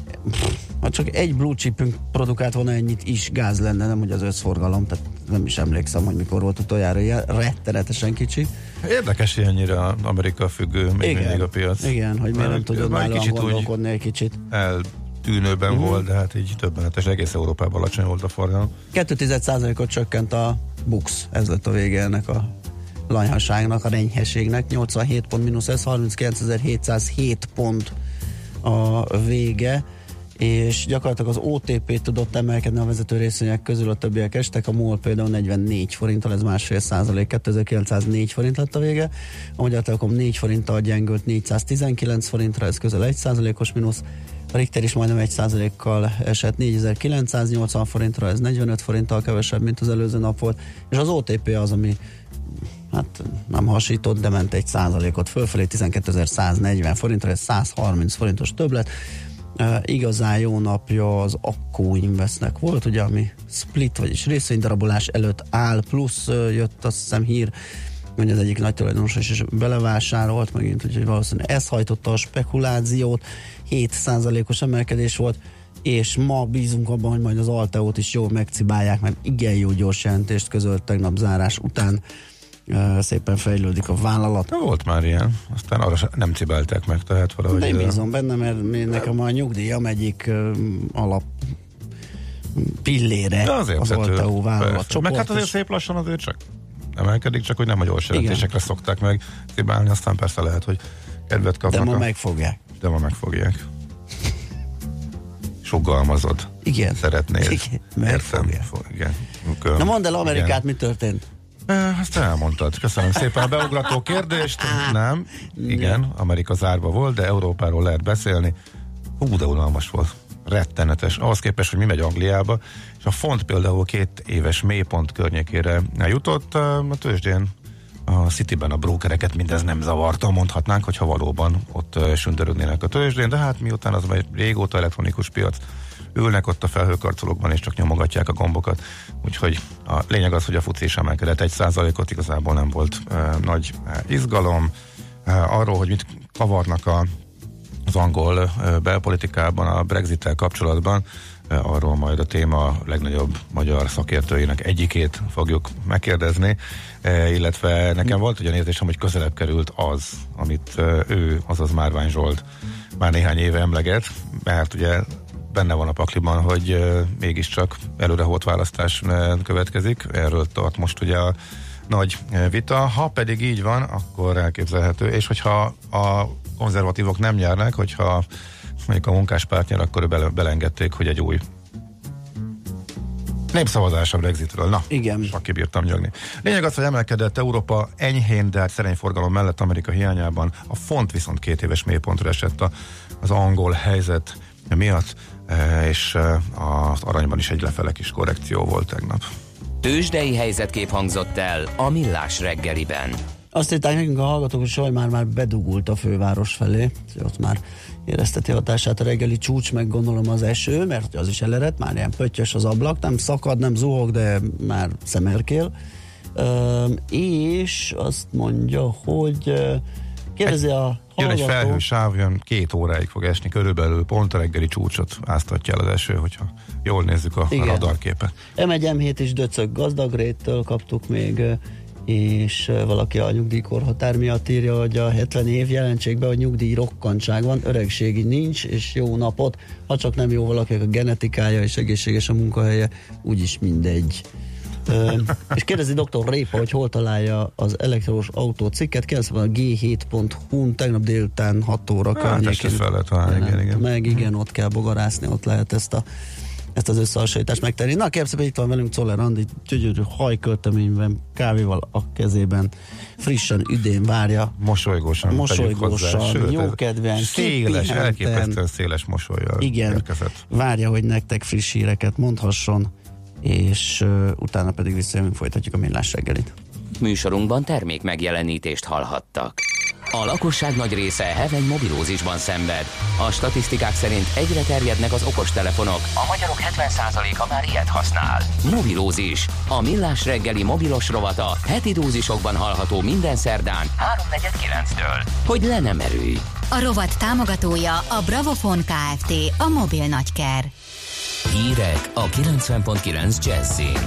ha csak egy blue chipünk produkált volna ennyit is gáz lenne, nem ugye az összforgalom, tehát nem is emlékszem, hogy mikor volt utoljára ilyen rettenetesen kicsi. Érdekes ilyennyire Amerika függő még igen, mindig a piac. Igen, hogy miért nem tudod már gondolkodni egy kicsit. Eltűnőben uh-huh. volt, de hát így többenetes, egész Európában alacsony volt a forgalom. kettő egész egy százalékot csökkent a Bux, ez lett a vége ennek a lanyhaságnak, a renyheségnek, nyolcvanhét pont mínusz, ez harminckilencezer-hétszázhét pont a vége, és gyakorlatilag az o té pé tudott emelkedni a vezető részvények közül, a többiek estek, a MOL például negyvennégy forinttal, ez másfél százalék, kétezer-kilencszáznégy forint lett a vége, a Magyar Telekom négy forinttal gyengült négyszáztizenkilenc forintra, ez közel egy százalékos mínusz, a Richter is majdnem egy százalékkal esett négyezer-kilencszáznyolcvan forintra, ez negyvenöt forinttal kevesebb, mint az előző nap volt, és az o té pé az, ami hát nem hasított, de ment egy százalékot fölfelé, tizenkétezer-száznegyven forintra, ez százharminc forintos többlet. Uh, igazán jó napja az Akko Investnek volt, ugye, ami split, vagyis részvénydarabolás előtt áll, plusz uh, jött azt hiszem hír, hogy az egyik nagy tulajdonos is belevásárolt megint, úgyhogy valószínűleg ez hajtotta a spekulációt, hét százalékos emelkedés volt, és ma bízunk abban, hogy majd az Alteót is jól megcibálják, mert igen jó gyors jelentést közölt tegnap zárás után. Uh, szépen fejlődik a vállalat. Na, volt már ilyen, aztán arra nem cibálták meg, tehát valahogy... De én bízom benne, mert nekem a nyugdíjam egyik uh, alap pillére az Alteó vállalat csoport. Meg hát azért szép lassan azért csak emelkedik, csak hogy nem a gyors jelentésekre szokták meg cibálni, aztán persze lehet, hogy kedvet kapnak. De ma a... megfogják. De ma megfogják. Sugalmazod. Igen. Szeretnéd. Igen, megfogják. Igen. Na mondd el Amerikát, igen. Mi történt? Ezt elmondtad. Köszönöm szépen a beugrató kérdést. Nem, igen, Amerika zárva volt, de Európáról lehet beszélni. Hú, de unalmas volt. Rettenetes. Ahhoz képest, hogy mi megy Angliába, és a font például két éves mélypont környékére jutott. A tőzsdén, a Cityben a brókereket mindez nem zavarta, mondhatnánk, hogyha valóban ott sündörögnének a tőzsdén, de hát miután az egy régóta elektronikus piac, ülnek ott a felhőkarcolókban és csak nyomogatják a gombokat. Úgyhogy a lényeg az, hogy a fuci is emelkedett egy százalékot, igazából nem volt e, nagy e, izgalom. E, arról, hogy mit kavarnak a, az angol e, belpolitikában, a Brexit-tel kapcsolatban, e, arról majd a téma legnagyobb magyar szakértőinek egyikét fogjuk megkérdezni, e, illetve nekem volt olyan érzésem, hogy közelebb került az, amit e, ő, azaz Márvány Zsolt már néhány éve emleget, mert ugye benne van a pakliban, hogy uh, mégiscsak előreholt választás uh, következik. Erről tart most ugye a nagy uh, vita. Ha pedig így van, akkor elképzelhető. És hogyha a konzervatívok nem nyernek, hogyha mondjuk a munkáspárt nyer, akkor bele, belengedték, hogy egy új népszavazás a Brexitről. Na, igen. Csak kibírtam nyögni. Lényeg az, hogy emelkedett Európa enyhén, de szerény forgalom mellett Amerika hiányában. A font viszont két éves mélypontra esett a, az angol helyzet miatt, és az aranyban is egy lefele kis korrekció volt tegnap. Tőzsdei helyzetkép hangzott el a Millás reggeliben. Azt írták nekünk a hallgatók, hogy Saj már, már bedugult a főváros felé, ott már érezteti hatását a reggeli csúcs, meg gondolom az eső, mert az is elerett, már ilyen pöttyös az ablak, nem szakad, nem zuhog, de már szemerkél. Ö, és azt mondja, hogy kérdezi a hallgató... Jön egy felhősáv, jön két óráig fog esni, körülbelül pont a reggeli csúcsot áztatja el az eső, hogyha jól nézzük a, a radarképet. em egy em hét is döcög Gazdagréttől kaptuk még, és valaki a nyugdíjkorhatár miatt írja, hogy a hetven év jelentsék be, hogy nyugdíj rokkantság van, öregségi nincs, és jó napot, ha csak nem jó valakinek a genetikája és egészséges a munkahelye, úgyis mindegy. Ö, és kérdezi doktor Répa, hogy hol találja az elektromos autó cikket, kérdezve a gé hét pont hu-n, tegnap délután hat óra környékén. Hát, fel lehet találni, igen, igen. Meg igen, ott kell bogarászni, ott lehet ezt a ezt az összehasonlítást megtenni. Na, kérlek szépen, itt van velünk Czoller Andi, gyönyörű hajkölteményben, kávéval a kezében, frissen, üdén várja. Mosolygósan. Mosolygósan, jókedven, széles, elképesztően széles mosollyal igen, érkezett. Várja, hogy nektek friss híreket mondhasson, és uh, utána pedig visszajövünk, folytatjuk a Millás reggelit. Műsorunkban termék megjelenítést hallhattak. A lakosság nagy része heveny mobilózisban szenved. A statisztikák szerint egyre terjednek az okostelefonok. A magyarok hetven százaléka már ilyet használ. Mobilózis. A Millás reggeli mobilos rovata heti dózisokban hallható minden szerdán háromnegyed kilenctől. Hogy le nem erőj. A rovat támogatója a Bravofon Kft. A mobil nagyker. Hírek a kilencven pont kilenc Jazzin.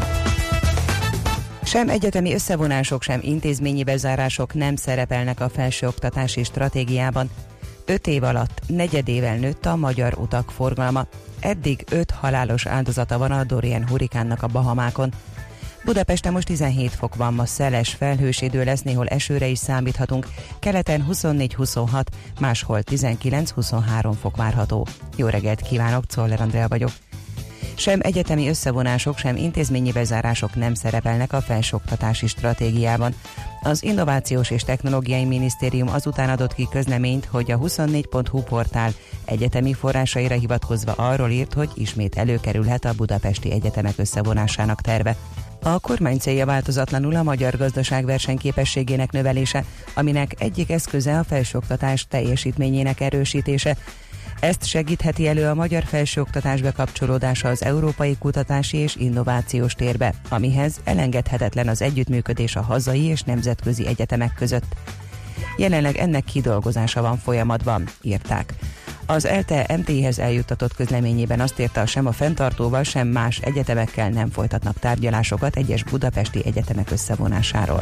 Sem egyetemi összevonások, sem intézményi bezárások nem szerepelnek a felsőoktatási stratégiában. Öt év alatt negyedével nőtt a magyar utak forgalma. Eddig öt halálos áldozata van a Dorian hurrikánnak a Bahamákon. Budapesten most tizenhét fok van, ma szeles, felhős idő lesz, néhol esőre is számíthatunk. Keleten huszonnégy huszonhat, máshol tizenkilenc-huszonhárom fok várható. Jó reggelt kívánok, Czoller Andrea vagyok. Sem egyetemi összevonások, sem intézményi bezárások nem szerepelnek a felsőoktatási stratégiában. Az Innovációs és Technológiai Minisztérium azután adott ki közleményt, hogy a huszonnégy pont hu portál egyetemi forrásaira hivatkozva arról írt, hogy ismét előkerülhet a budapesti egyetemek összevonásának terve. A kormány célja változatlanul a magyar gazdaság versenyképességének növelése, aminek egyik eszköze a felsőoktatás teljesítményének erősítése. Ezt segítheti elő a magyar felsőoktatás bekapcsolódása az európai kutatási és innovációs térbe, amihez elengedhetetlen az együttműködés a hazai és nemzetközi egyetemek között. Jelenleg ennek kidolgozása van folyamatban, írták. Az é el té em té-hez eljuttatott közleményében azt írta, sem a fenntartóval, sem más egyetemekkel nem folytatnak tárgyalásokat egyes budapesti egyetemek összevonásáról.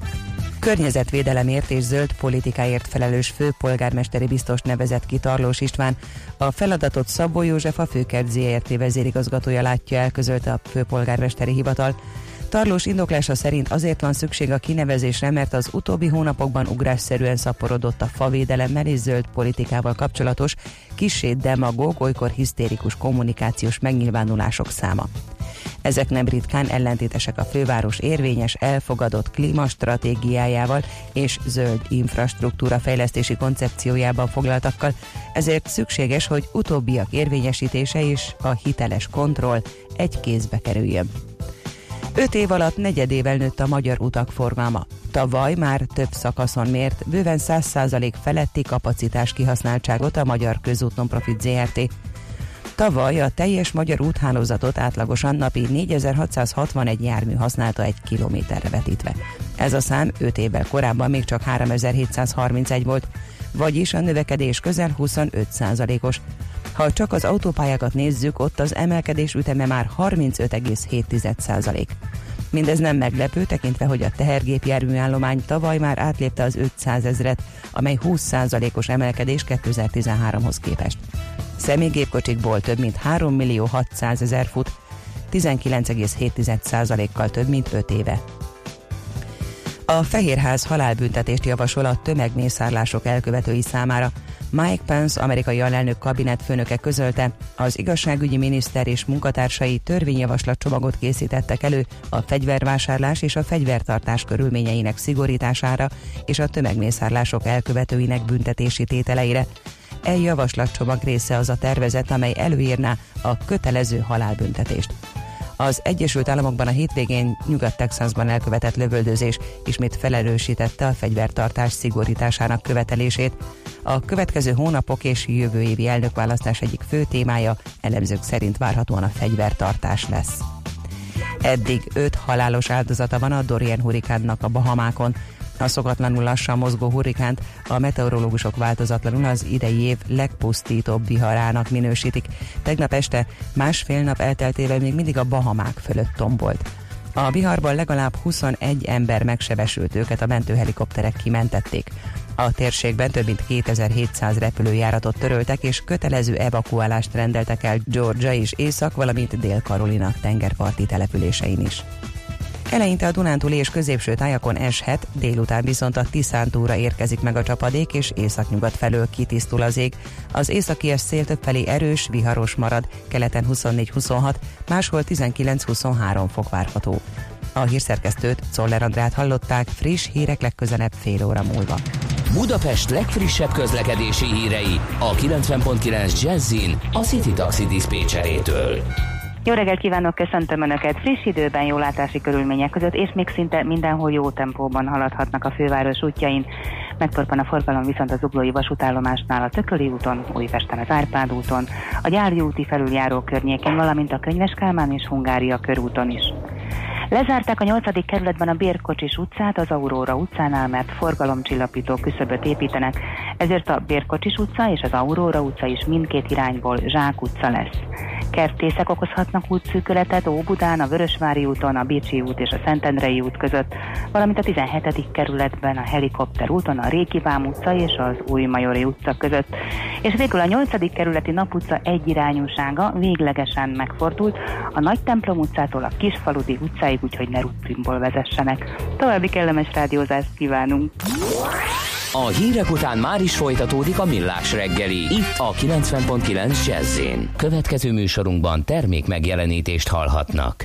Környezetvédelemért és zöld politikáért felelős főpolgármesteri biztos nevezett ki Tarlós István. A feladatot Szabó József, a Főkert zé er té vezérigazgatója látja el, közölte a főpolgármesteri hivatal. Tarlós indoklása szerint azért van szükség a kinevezésre, mert az utóbbi hónapokban ugrásszerűen szaporodott a favédelemmel és zöld politikával kapcsolatos, kissé demagóg, olykor hisztérikus kommunikációs megnyilvánulások száma. Ezek nem ritkán ellentétesek a főváros érvényes, elfogadott klímastratégiájával és zöld infrastruktúra fejlesztési koncepciójában foglaltakkal, ezért szükséges, hogy utóbbiak érvényesítése és a hiteles kontroll egy kézbe kerüljön. Öt év alatt negyedével nőtt a magyar utak forgalma. Tavaly már több szakaszon mért bőven száz százalék feletti kapacitás kihasználtságot a Magyar Közút Non-Profit zé er té. Tavaly a teljes magyar úthálózatot átlagosan napi négyezer-hatszázhatvanegy jármű használta egy kilométerre vetítve. Ez a szám öt évvel korábban még csak háromezer-hétszázharmincegy volt, vagyis a növekedés közel huszonöt százalékos. Ha csak az autópályákat nézzük, ott az emelkedés üteme már harmincöt egész hét százalék. Mindez nem meglepő, tekintve, hogy a tehergépjárműállomány tavaly már átlépte az ötszázezret, amely húsz százalékos emelkedés kétezer-tizenháromhoz képest. Személygépkocsikból több mint három millió hatszázezer fut, tizenkilenc egész hét százalékkal több mint öt éve. A Fehérház halálbüntetést javasol a tömegmészárlások elkövetői számára. Mike Pence, amerikai alelnök kabinetfőnöke közölte, az igazságügyi miniszter és munkatársai törvényjavaslatcsomagot készítettek elő a fegyvervásárlás és a fegyvertartás körülményeinek szigorítására és a tömegmészárlások elkövetőinek büntetési tételeire. E javaslatcsomag része az a tervezet, amely előírná a kötelező halálbüntetést. Az Egyesült Államokban a hétvégén Nyugat-Texasban elkövetett lövöldözés ismét felerősítette a fegyvertartás szigorításának követelését. A következő hónapok és jövő évi elnökválasztás egyik fő témája elemzők szerint várhatóan a fegyvertartás lesz. Eddig öt halálos áldozata van a Dorian hurrikánnak a Bahamákon. A szokatlanul lassan mozgó hurrikánt a meteorológusok változatlanul az idei év legpusztítóbb viharának minősítik. Tegnap este másfél nap elteltével még mindig a Bahamák fölött tombolt. A viharban legalább huszonegy ember megsebesült, őket a mentőhelikopterek kimentették. A térségben több mint kétezer-hétszáz repülőjáratot töröltek és kötelező evakuálást rendeltek el Georgia és Észak, valamint Dél-Karolina tengerparti településein is. Eleinte a Dunántúli és középső tájakon eshet, délután viszont a Tiszántúra érkezik meg a csapadék, és északnyugat felől kitisztul az ég. Az északi szél többfelé erős, viharos marad, keleten huszonnégy-huszonhat, máshol tizenkilenc-huszonhárom fok várható. A hírszerkesztőt, Czoller Andrát hallották, friss hírek legközelebb fél óra múlva. Budapest legfrissebb közlekedési hírei a kilencven pont kilenc Jazzin a City Taxi diszpécserétől. Jó reggelt kívánok, köszöntöm Önöket! Friss időben, jó látási körülmények között, és még szinte mindenhol jó tempóban haladhatnak a főváros útjain. Megtorpan a forgalom viszont az Zuglói vasútállomásnál a Tököli úton, Újpesten az Árpád úton, a Gyári úti felüljáró környéken, valamint a Könyves Kálmán és Hungária körúton is. Lezárták a nyolcadik kerületben a Bérkocsis utcát az Aurora utcánál, mert forgalomcsillapító küszöböt építenek, ezért a Bérkocsis utca és az Aurora utca is mindkét irányból Zsák utca lesz. Kertészek okozhatnak útszűkületet Óbudán, a Vörösvári úton, a Bécsi út és a Szentendrei út között, valamint a tizenhetedik kerületben a Helikopter úton, a Régi Vám utca és az Újmajori utca között. És végül a nyolcadik kerületi Nap utca egyirányúsága véglegesen megfordult a Nagy Templom utcától a Kisfaludi utcáig, úgyhogy ne rutinból vezessenek. További kellemes rádiózást kívánunk! A hírek után már is folytatódik a Millás reggeli, itt a kilencven pont kilenc Jazz-én. Következő műsorunkban termék megjelenítést hallhatnak.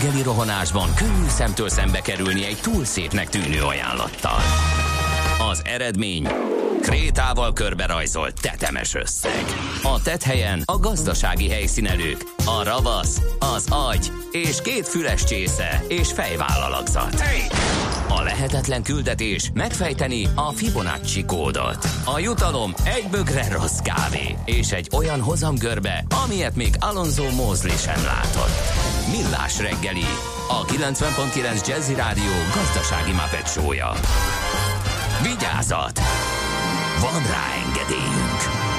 reggeli rohanásban könnyű szemtől szembe kerülni egy túl szépnek tűnő ajánlattal. Az eredmény krétával körberajzolt tetemes összeg. A tetthelyen a gazdasági helyszínelők, a ravasz, az agy és két füles csésze és fejvállalakzat. A lehetetlen küldetés megfejteni a Fibonacci kódot. A jutalom egy bögre rossz kávé és egy olyan hozamgörbe, amilyet még Alonso Mosley sem látott. Millás reggeli, a kilencven pont kilenc Jazzy Rádió gazdasági Muppet show-ja. Vigyázat! Van rá engedélyünk!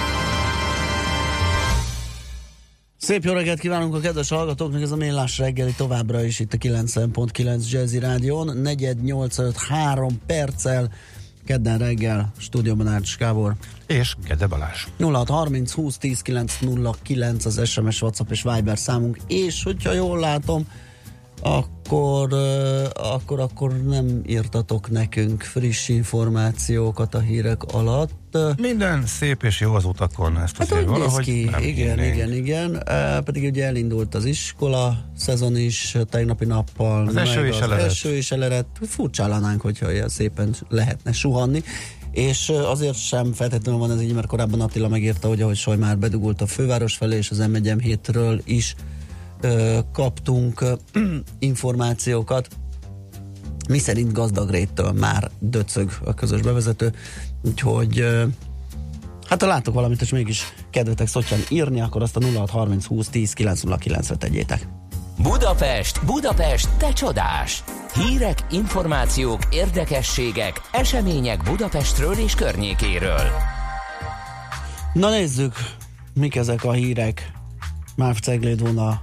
Szép jó reggelt kívánunk a kedves hallgatóknak, ez a Millás reggeli továbbra is itt a kilencven pont kilenc Jazzy Rádión, negyed nyolc előtt három perccel, kedden reggel, stúdióban Ács Gábor. És Gede Balázs. nulla hat harminc húsz tíz kilenc nulla kilenc az es em es, WhatsApp és Viber számunk, és hogyha jól látom, akkor, uh, akkor, akkor nem írtatok nekünk friss információkat a hírek alatt. Minden szép és jó az utakon, ezt hát azért valahogy ki. nem Igen, hinnénk. igen, igen. Uh, pedig ugye elindult az iskola szezon is tegnapi nappal. Az eső is elerett. eső is elerett. Furcsálanánk, hogyha ilyen szépen lehetne suhanni. És azért sem feltétlenül van ez így, mert korábban Attila megírta, hogy ahogy Soly már bedugult a főváros felé, és az em egy em hétről is kaptunk információkat, mi szerint Gazdagréttől már döcög a közös bevezető, úgyhogy hát ha látok valamit, és mégis kedvetek szotyan írni, akkor azt a nulla hat harminc húsz tíz kilenc nulla kilencre tegyétek. Budapest, Budapest, te csodás! Hírek, információk, érdekességek, események Budapestről és környékéről. Na nézzük, mik ezek a hírek. Márv Cegléd volna.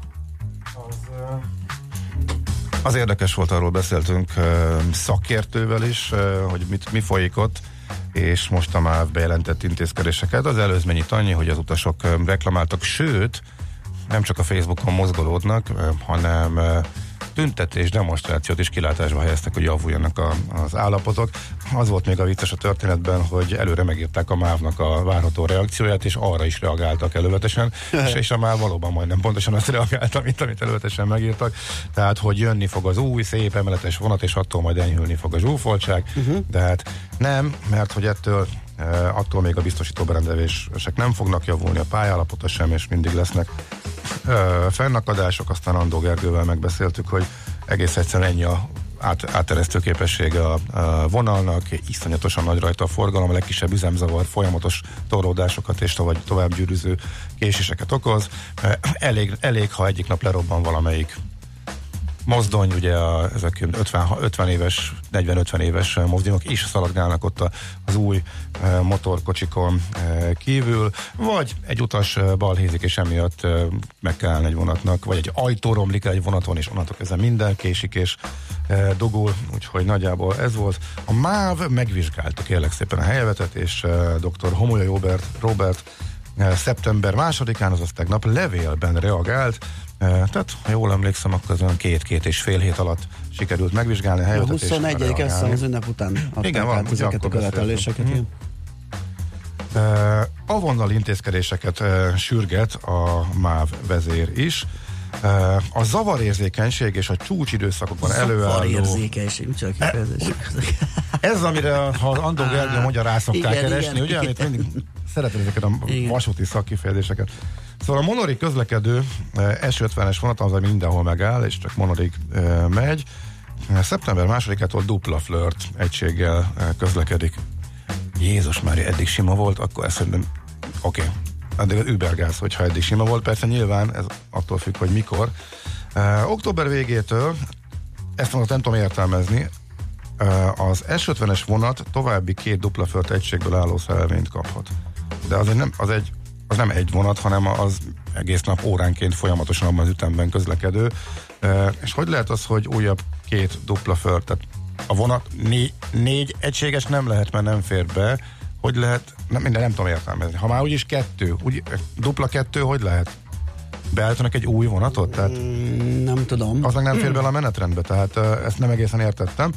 Az érdekes volt, arról beszéltünk uh, szakértővel is, uh, hogy mit, mi folyik ott, és most a MÁV bejelentett intézkedéseket. Az előzményit annyi, hogy az utasok uh, reklamáltak, sőt, nem csak a Facebookon mozgolódnak, uh, hanem uh, tüntetés, demonstrációt is kilátásba helyeztek, hogy javuljanak a, az állapotok. Az volt még a vicces a történetben, hogy előre megírták a MÁV-nak a várható reakcióját, és arra is reagáltak előzetesen, és, és a MÁV valóban majdnem pontosan azt reagálta, mint amit előzetesen megírtak. Tehát, hogy jönni fog az új, szép emeletes vonat, és attól majd enyhülni fog a zsúfoltság, uh-huh. de hát nem, mert hogy ettől attól még a biztosító berendezések nem fognak javulni, a pályállapota sem, és mindig lesznek ö, fennakadások. Aztán Andó Gergővel megbeszéltük, hogy egész egyszerűen ennyi a át, áteresztő képessége a, a vonalnak, iszonyatosan nagy rajta a forgalom, a legkisebb üzemzavar, folyamatos torlódásokat és tovább, tovább gyűrűző késéseket okoz. Elég, elég, ha egyik nap lerobban valamelyik mozdony, ugye a, ezek ötven, ötven éves, negyven-ötven éves mozdonyok is szaladgálnak ott az új e, motorkocsikon e, kívül, vagy egy utas e, balhézik, és emiatt e, meg kell állni egy vonatnak, vagy egy ajtó romlik el egy vonaton, és onnantól kezdve minden késik és e, dugul, úgyhogy nagyjából ez volt. A MÁV megvizsgálta kérlek szépen a helyvetet, és e, dr. Homolyai Robert, Robert e, szeptember másodikán, azaz tegnap levélben reagált. Tehát, ha jól emlékszem, akkor az olyan két-két és fél hét alatt sikerült megvizsgálni a helyzetet. A huszonegyedik ezt az ünnep után adták igen, van, át ezeket a követeléseket. Hmm. Avonnal intézkedéseket sürget a MÁV vezér is. A zavarérzékenység és a csúcsidőszakokban előálló... Zavarérzékenység, csak ez, amire ha Andó Gergő magyarán szokták igen, keresni, igen, ugye? igen. Amit mindig szeretem ezeket a igen. vasúti szakkifejezéseket. Szóval a monorig közlekedő es ötvenes vonat az, ami mindenhol megáll, és csak monorig e, megy. Szeptember másodikától dupla flirt egységgel e, közlekedik. Jézus Mária, eddig sima volt, akkor ezt szerintem oké. Okay. Addig az übergáz, hogyha eddig sima volt. Persze nyilván ez attól függ, hogy mikor. E, október végétől, ezt most nem tudom értelmezni, e, az es ötvenes vonat további két dupla flirt egységből álló szerelvényt kaphat. De az egy nem, az egy az nem egy vonat, hanem az egész nap óránként folyamatosan abban az ütemben közlekedő. E, és hogy lehet az, hogy újabb két dupla flirt, tehát a vonat né, négy egységes nem lehet, mert nem fér be. Hogy lehet, nem, minden nem tudom értelmezni. Ha már úgyis kettő, úgy, dupla kettő, hogy lehet? Beállítanak egy új vonatot? Tehát mm, nem tudom. Az meg nem fér bele a menetrendbe, tehát e, ezt nem egészen értettem.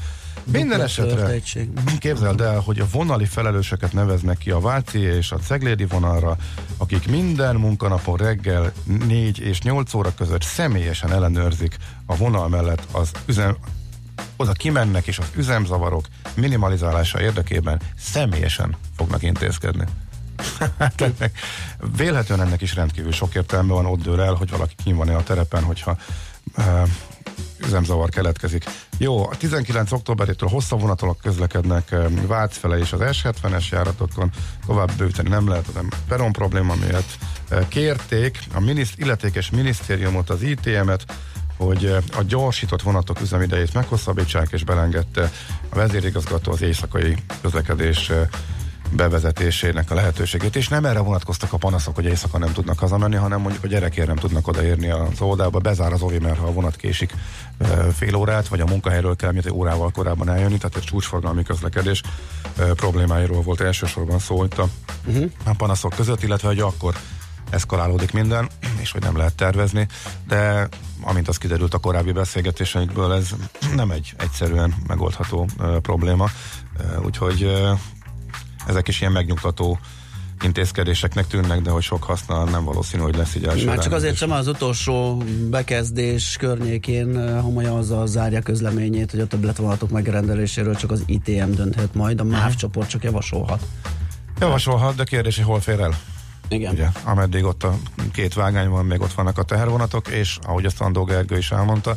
Minden esetre képzeld el, hogy a vonali felelősöket neveznek ki a Váci és a Ceglédi vonalra, akik minden munkanapon reggel négy és nyolc óra között személyesen ellenőrzik a vonal mellett az üzem, oda kimennek, és az üzemzavarok minimalizálása érdekében személyesen fognak intézkedni. Hát ennek, vélhetően ennek is rendkívül sok értelme van, ott dől el, hogy valaki kim van-e a terepen, hogyha uh, üzemzavar keletkezik. Jó, a tizenkilenc októberétől hosszabb vonatok közlekednek uh, Vác fele és az es hetvenes járatokon, tovább bővíteni nem lehet, hanem peron probléma miatt uh, kérték a miniszt, illetékes minisztériumot, az í té em-et, hogy uh, a gyorsított vonatok üzemidejét meghosszabbítsák, és belengedte a vezérigazgató az éjszakai közlekedés uh, bevezetésének a lehetőségét, és nem erre vonatkoztak a panaszok, hogy éjszaka nem tudnak hazamenni, hanem mondjuk a gyerekért nem tudnak odaérni az óvodába, bezár az ovi, mert ha a vonat késik e, fél órát, vagy a munkahelyről kell, mint egy órával korábban eljönni, tehát egy csúcsforgalmi közlekedés e, problémáiról volt elsősorban szó itt a, uh-huh. a panaszok között, illetve hogy akkor eszkalálódik minden, és hogy nem lehet tervezni, de amint az kiderült a korábbi beszélgetéseinkből, ez nem egy egyszerűen megoldható e, probléma, e, úgyhogy e, ezek is ilyen megnyugtató intézkedéseknek tűnnek, de hogy sok haszna nem valószínű, hogy lesz így első. Már csak azért sem az utolsó bekezdés környékén Homolya azzal zárja közleményét, hogy a többletvonatok megrendeléséről csak az í té em dönthet majd, a MÁV csoport csak javasolhat. Javasolhat, de kérdés, hogy hol fér el? Igen. Ugye, ameddig ott a két vágány van, még ott vannak a tehervonatok, és ahogy azt Andó Gergő is elmondta,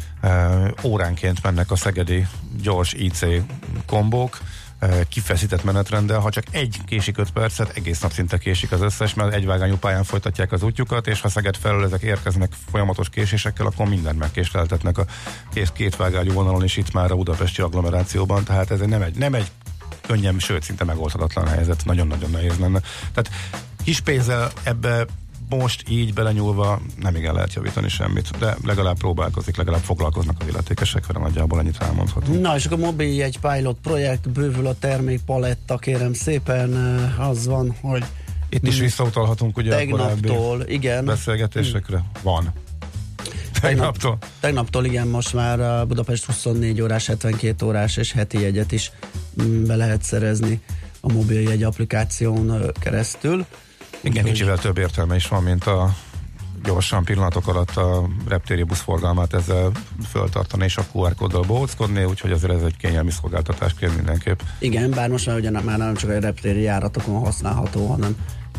óránként mennek a szegedi gyors í cé kombók, kifeszített menetrenddel, ha csak egy késik öt percet, egész nap szinte késik az összes, mert egyvágányú pályán folytatják az útjukat, és ha Szeged felől ezek érkeznek folyamatos késésekkel, akkor mindent megkésleltetnek a két, két vágányú vonalon is itt már a budapesti agglomerációban, tehát ez nem egy, nem egy könnyen, sőt, szinte megoldhatatlan helyzet, nagyon-nagyon nehéz lenne. Tehát kis pénzzel ebbe most így belenyúlva nem igen lehet javítani semmit, de legalább próbálkozik, legalább foglalkoznak az illetékesek, mert nagyjából ennyit elmondhatunk. Na, és akkor a mobiljegy pilot projekt, bővül a termékpaletta, kérem szépen, az van, hogy itt is visszautalhatunk ugye tegnaptól, a igen. beszélgetésekre. Van. Tegnaptól. Tegnaptól, igen, most már a Budapest huszonnégy órás, hetvenkét órás és heti jegyet is be lehet szerezni a mobiljegy applikáción keresztül. Igen, kicsivel több értelme is van, mint a gyorsan pillanatok alatt a reptéri buszforgalmát ezzel föltartani és a kú er kóddal bohóckodni, úgyhogy azért ez egy kényelmi szolgáltatás kér mindenképp. Igen, bár most már ugye már nem csak a reptéri járatokon használható, hanem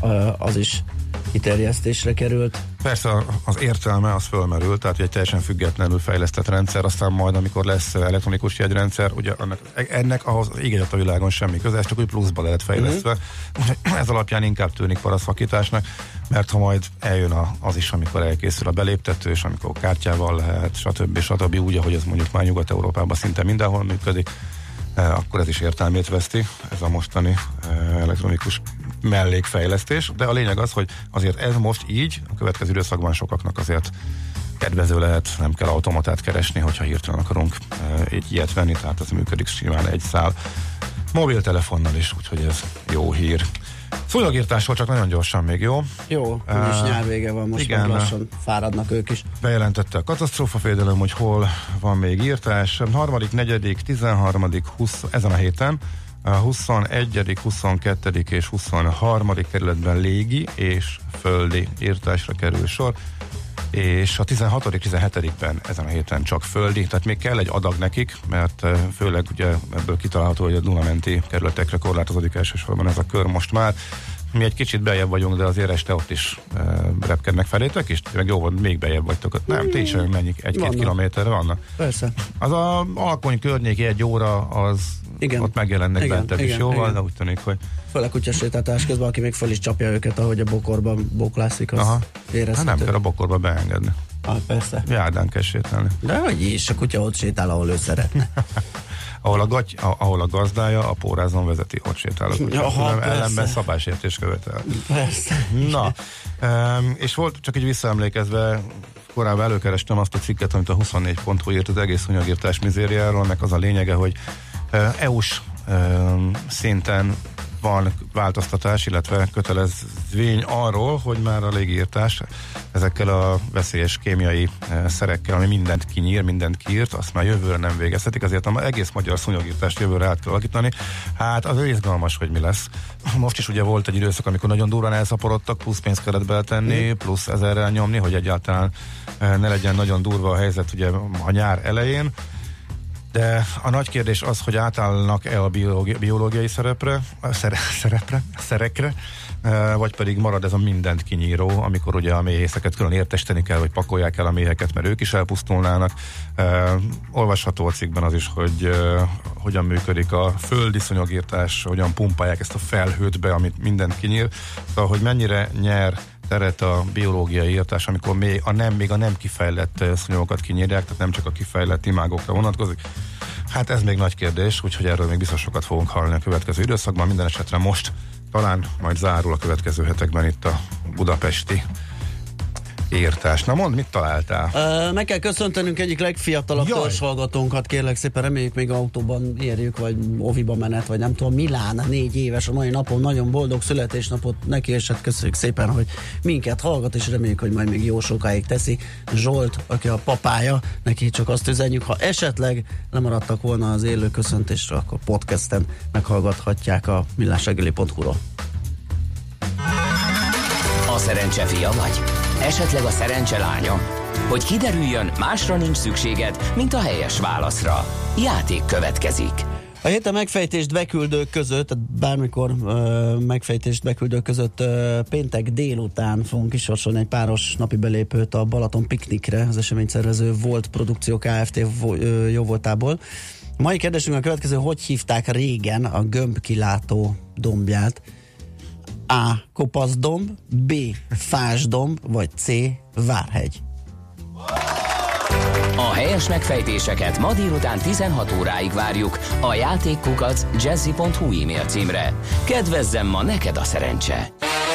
az is kiterjesztésre került. Persze az értelme az fölmerül, tehát egy teljesen függetlenül fejlesztett rendszer, aztán majd amikor lesz elektronikus jegyrendszer, ugye annak, ennek ahhoz ígéret a világon semmi köze, ez csak úgy pluszba lehet fejlesztve. Uh-huh. Ez alapján inkább tűnik paraszakításnak, mert ha majd eljön a, az is, amikor elkészül a beléptető, és amikor kártyával lehet, stb. stb. Úgy, ahogy ez mondjuk már Nyugat-Európában szinte mindenhol működik, akkor ez is értelmét veszti, ez a mostani elektronikus mellékfejlesztés, de a lényeg az, hogy azért ez most így, a következő időszakban sokaknak azért kedvező lehet, nem kell automatát keresni, hogyha hirtelen akarunk egy ilyet venni, tehát ez működik simán egy szál mobiltelefonnal is, úgyhogy ez jó hír. Szúnyogírtásról csak nagyon gyorsan még, jó? Jó, uh, is nyár vége van, most igen, lassan fáradnak ők is. Bejelentette a katasztrófafédelem, hogy hol van még írtás. Harmadik, negyedik, tizenharmadik, húsz ezen a héten, a huszonegyedik, huszonkettődik és huszonharmadik kerületben légi és földi írtásra kerül sor, és a tizenhatodik, tizenhetedikben ezen a héten csak földi, tehát még kell egy adag nekik, mert főleg ugye ebből kitalálható, hogy a Dunamenti kerületekre korlátozódik elsősorban ez a kör most már. Mi egy kicsit bejebb vagyunk, de azért este ott is e, repkednek felétek, és meg jó, még bejebb vagytok. Nem, ti is mennyik, egy-két kilométerre vannak. Persze. Az a Alkony környéki egy óra, az igen, ott megjelennek bentebb is jóval, de úgy tűnik, hogy... Főleg kutyasétáltás közben, aki még föl is csapja őket, ahogy a bokorban boklászik, az érezhető. Hát nem kell a bokorba beengedni. Ah, persze. Járdán kell sétálni. De hogy is, a kutya ott sétál, ahol ő szeretne. ahol, a gaty, ahol a gazdája a pórázon vezeti, ott sétál a kutya. Aha, ellenben szabálysértés követel. Persze. Na, um, és volt, csak így visszaemlékezve, korábban előkerestem azt a cikket, amit a huszonnégy pont hu írt az egész szúnyogírtás mizériáról, meg az a lényege, hogy uh, é u-s uh, szinten van változtatás, illetve kötelezvény arról, hogy már a légírtás ezekkel a veszélyes kémiai szerekkel, ami mindent kinyír, mindent kiírt, azt már jövőre nem végezhetik, azért az egész magyar szúnyogírtást jövőre át kell alakítani. Hát az izgalmas, hogy mi lesz. Most is ugye volt egy időszak, amikor nagyon durván elszaporodtak, plusz pénzt kellett beletenni, plusz ezerrel nyomni, hogy egyáltalán ne legyen nagyon durva a helyzet ugye a nyár elején. De a nagy kérdés az, hogy átállnak-e a biológi- biológiai szerepre, szere, szerepre, szerekre, vagy pedig marad ez a mindent kinyíró, amikor ugye a méhészeket külön értesteni kell, hogy pakolják el a méheket, mert ők is elpusztulnának. Olvasható a cikkben az is, hogy hogyan működik a földi szúnyogírtás, hogyan pumpálják ezt a felhőt be, amit mindent kinyír. Szóval, hogy mennyire nyer teret a biológiai írtás, amikor még a nem, még a nem kifejlett szúnyogokat kinyírják, tehát nem csak a kifejlett imágokra vonatkozik. Hát ez még nagy kérdés, úgyhogy erről még biztos sokat fogunk hallani a következő időszakban. Minden esetre most talán majd zárul a következő hetekben itt a budapesti írtás. Na mondd, mit találtál? Uh, meg kell köszöntenünk egyik legfiatalabb törzshallgatónkat, kérlek szépen, reméljük még autóban érjük, vagy oviba menet, vagy nem tudom, Milán, négy éves a mai napon, nagyon boldog születésnapot neki, és hát köszönjük szépen, hogy minket hallgat, és reméljük, hogy majd még jó sokáig teszi. Zsolt, aki a papája, neki csak azt üzenjük, ha esetleg lemaradtak volna az élő köszöntésről, akkor podcasten meghallgathatják a millásreggeli pont hu-ról. A szerencse fia vagy? Esetleg a szerencse lánya? Hogy kiderüljön, másra nincs szükséged, mint a helyes válaszra. Játék következik. A héten megfejtést beküldők között, tehát bármikor uh, megfejtést beküldők között uh, péntek délután fogunk kisorsolni egy páros napi belépőt a Balaton piknikre, az eseményszervező Volt Produkció Kft. Vo- uh, jóvoltából. A mai kérdésünk a következő, hogy hívták régen a gömbkilátó dombját? A. Kopaszdomb, B. Fásdomb, vagy C. Várhegy. A helyes megfejtéseket ma délután tizenhat óráig várjuk a játékkukac jazzy pont hu e-mail címre. Kedvezzem ma neked a szerencse!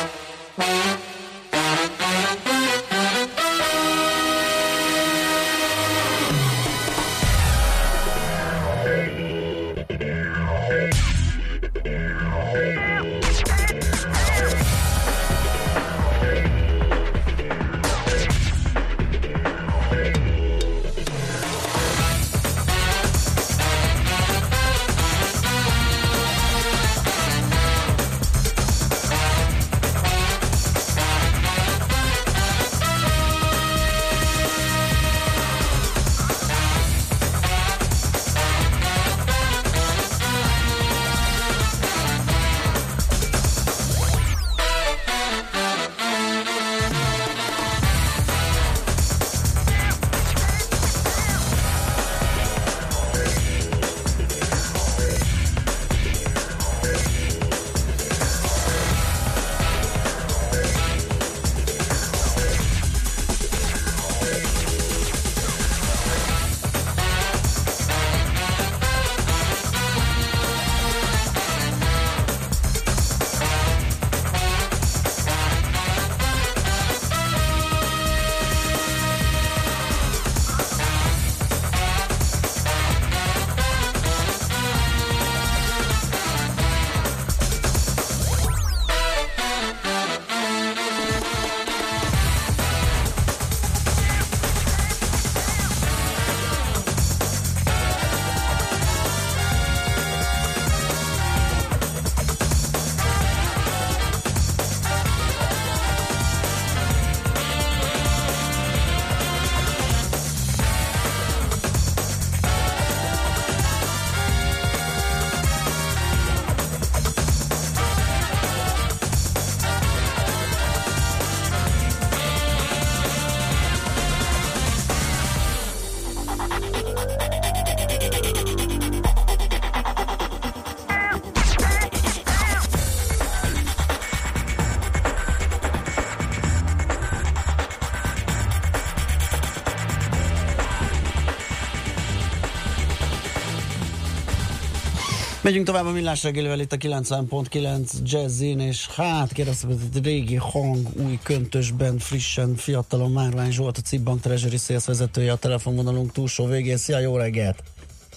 Megyünk tovább a Millás reggelivel itt a kilencven pont kilenc Jazzin, és hát kérdeztem, hogy régi hang, új köntösben, frissen, fiatalon Márvány Zsolt, a Cibbank Treasury Sales vezetője, a telefonvonalunk túlsó végén. Szia, jó reggelt!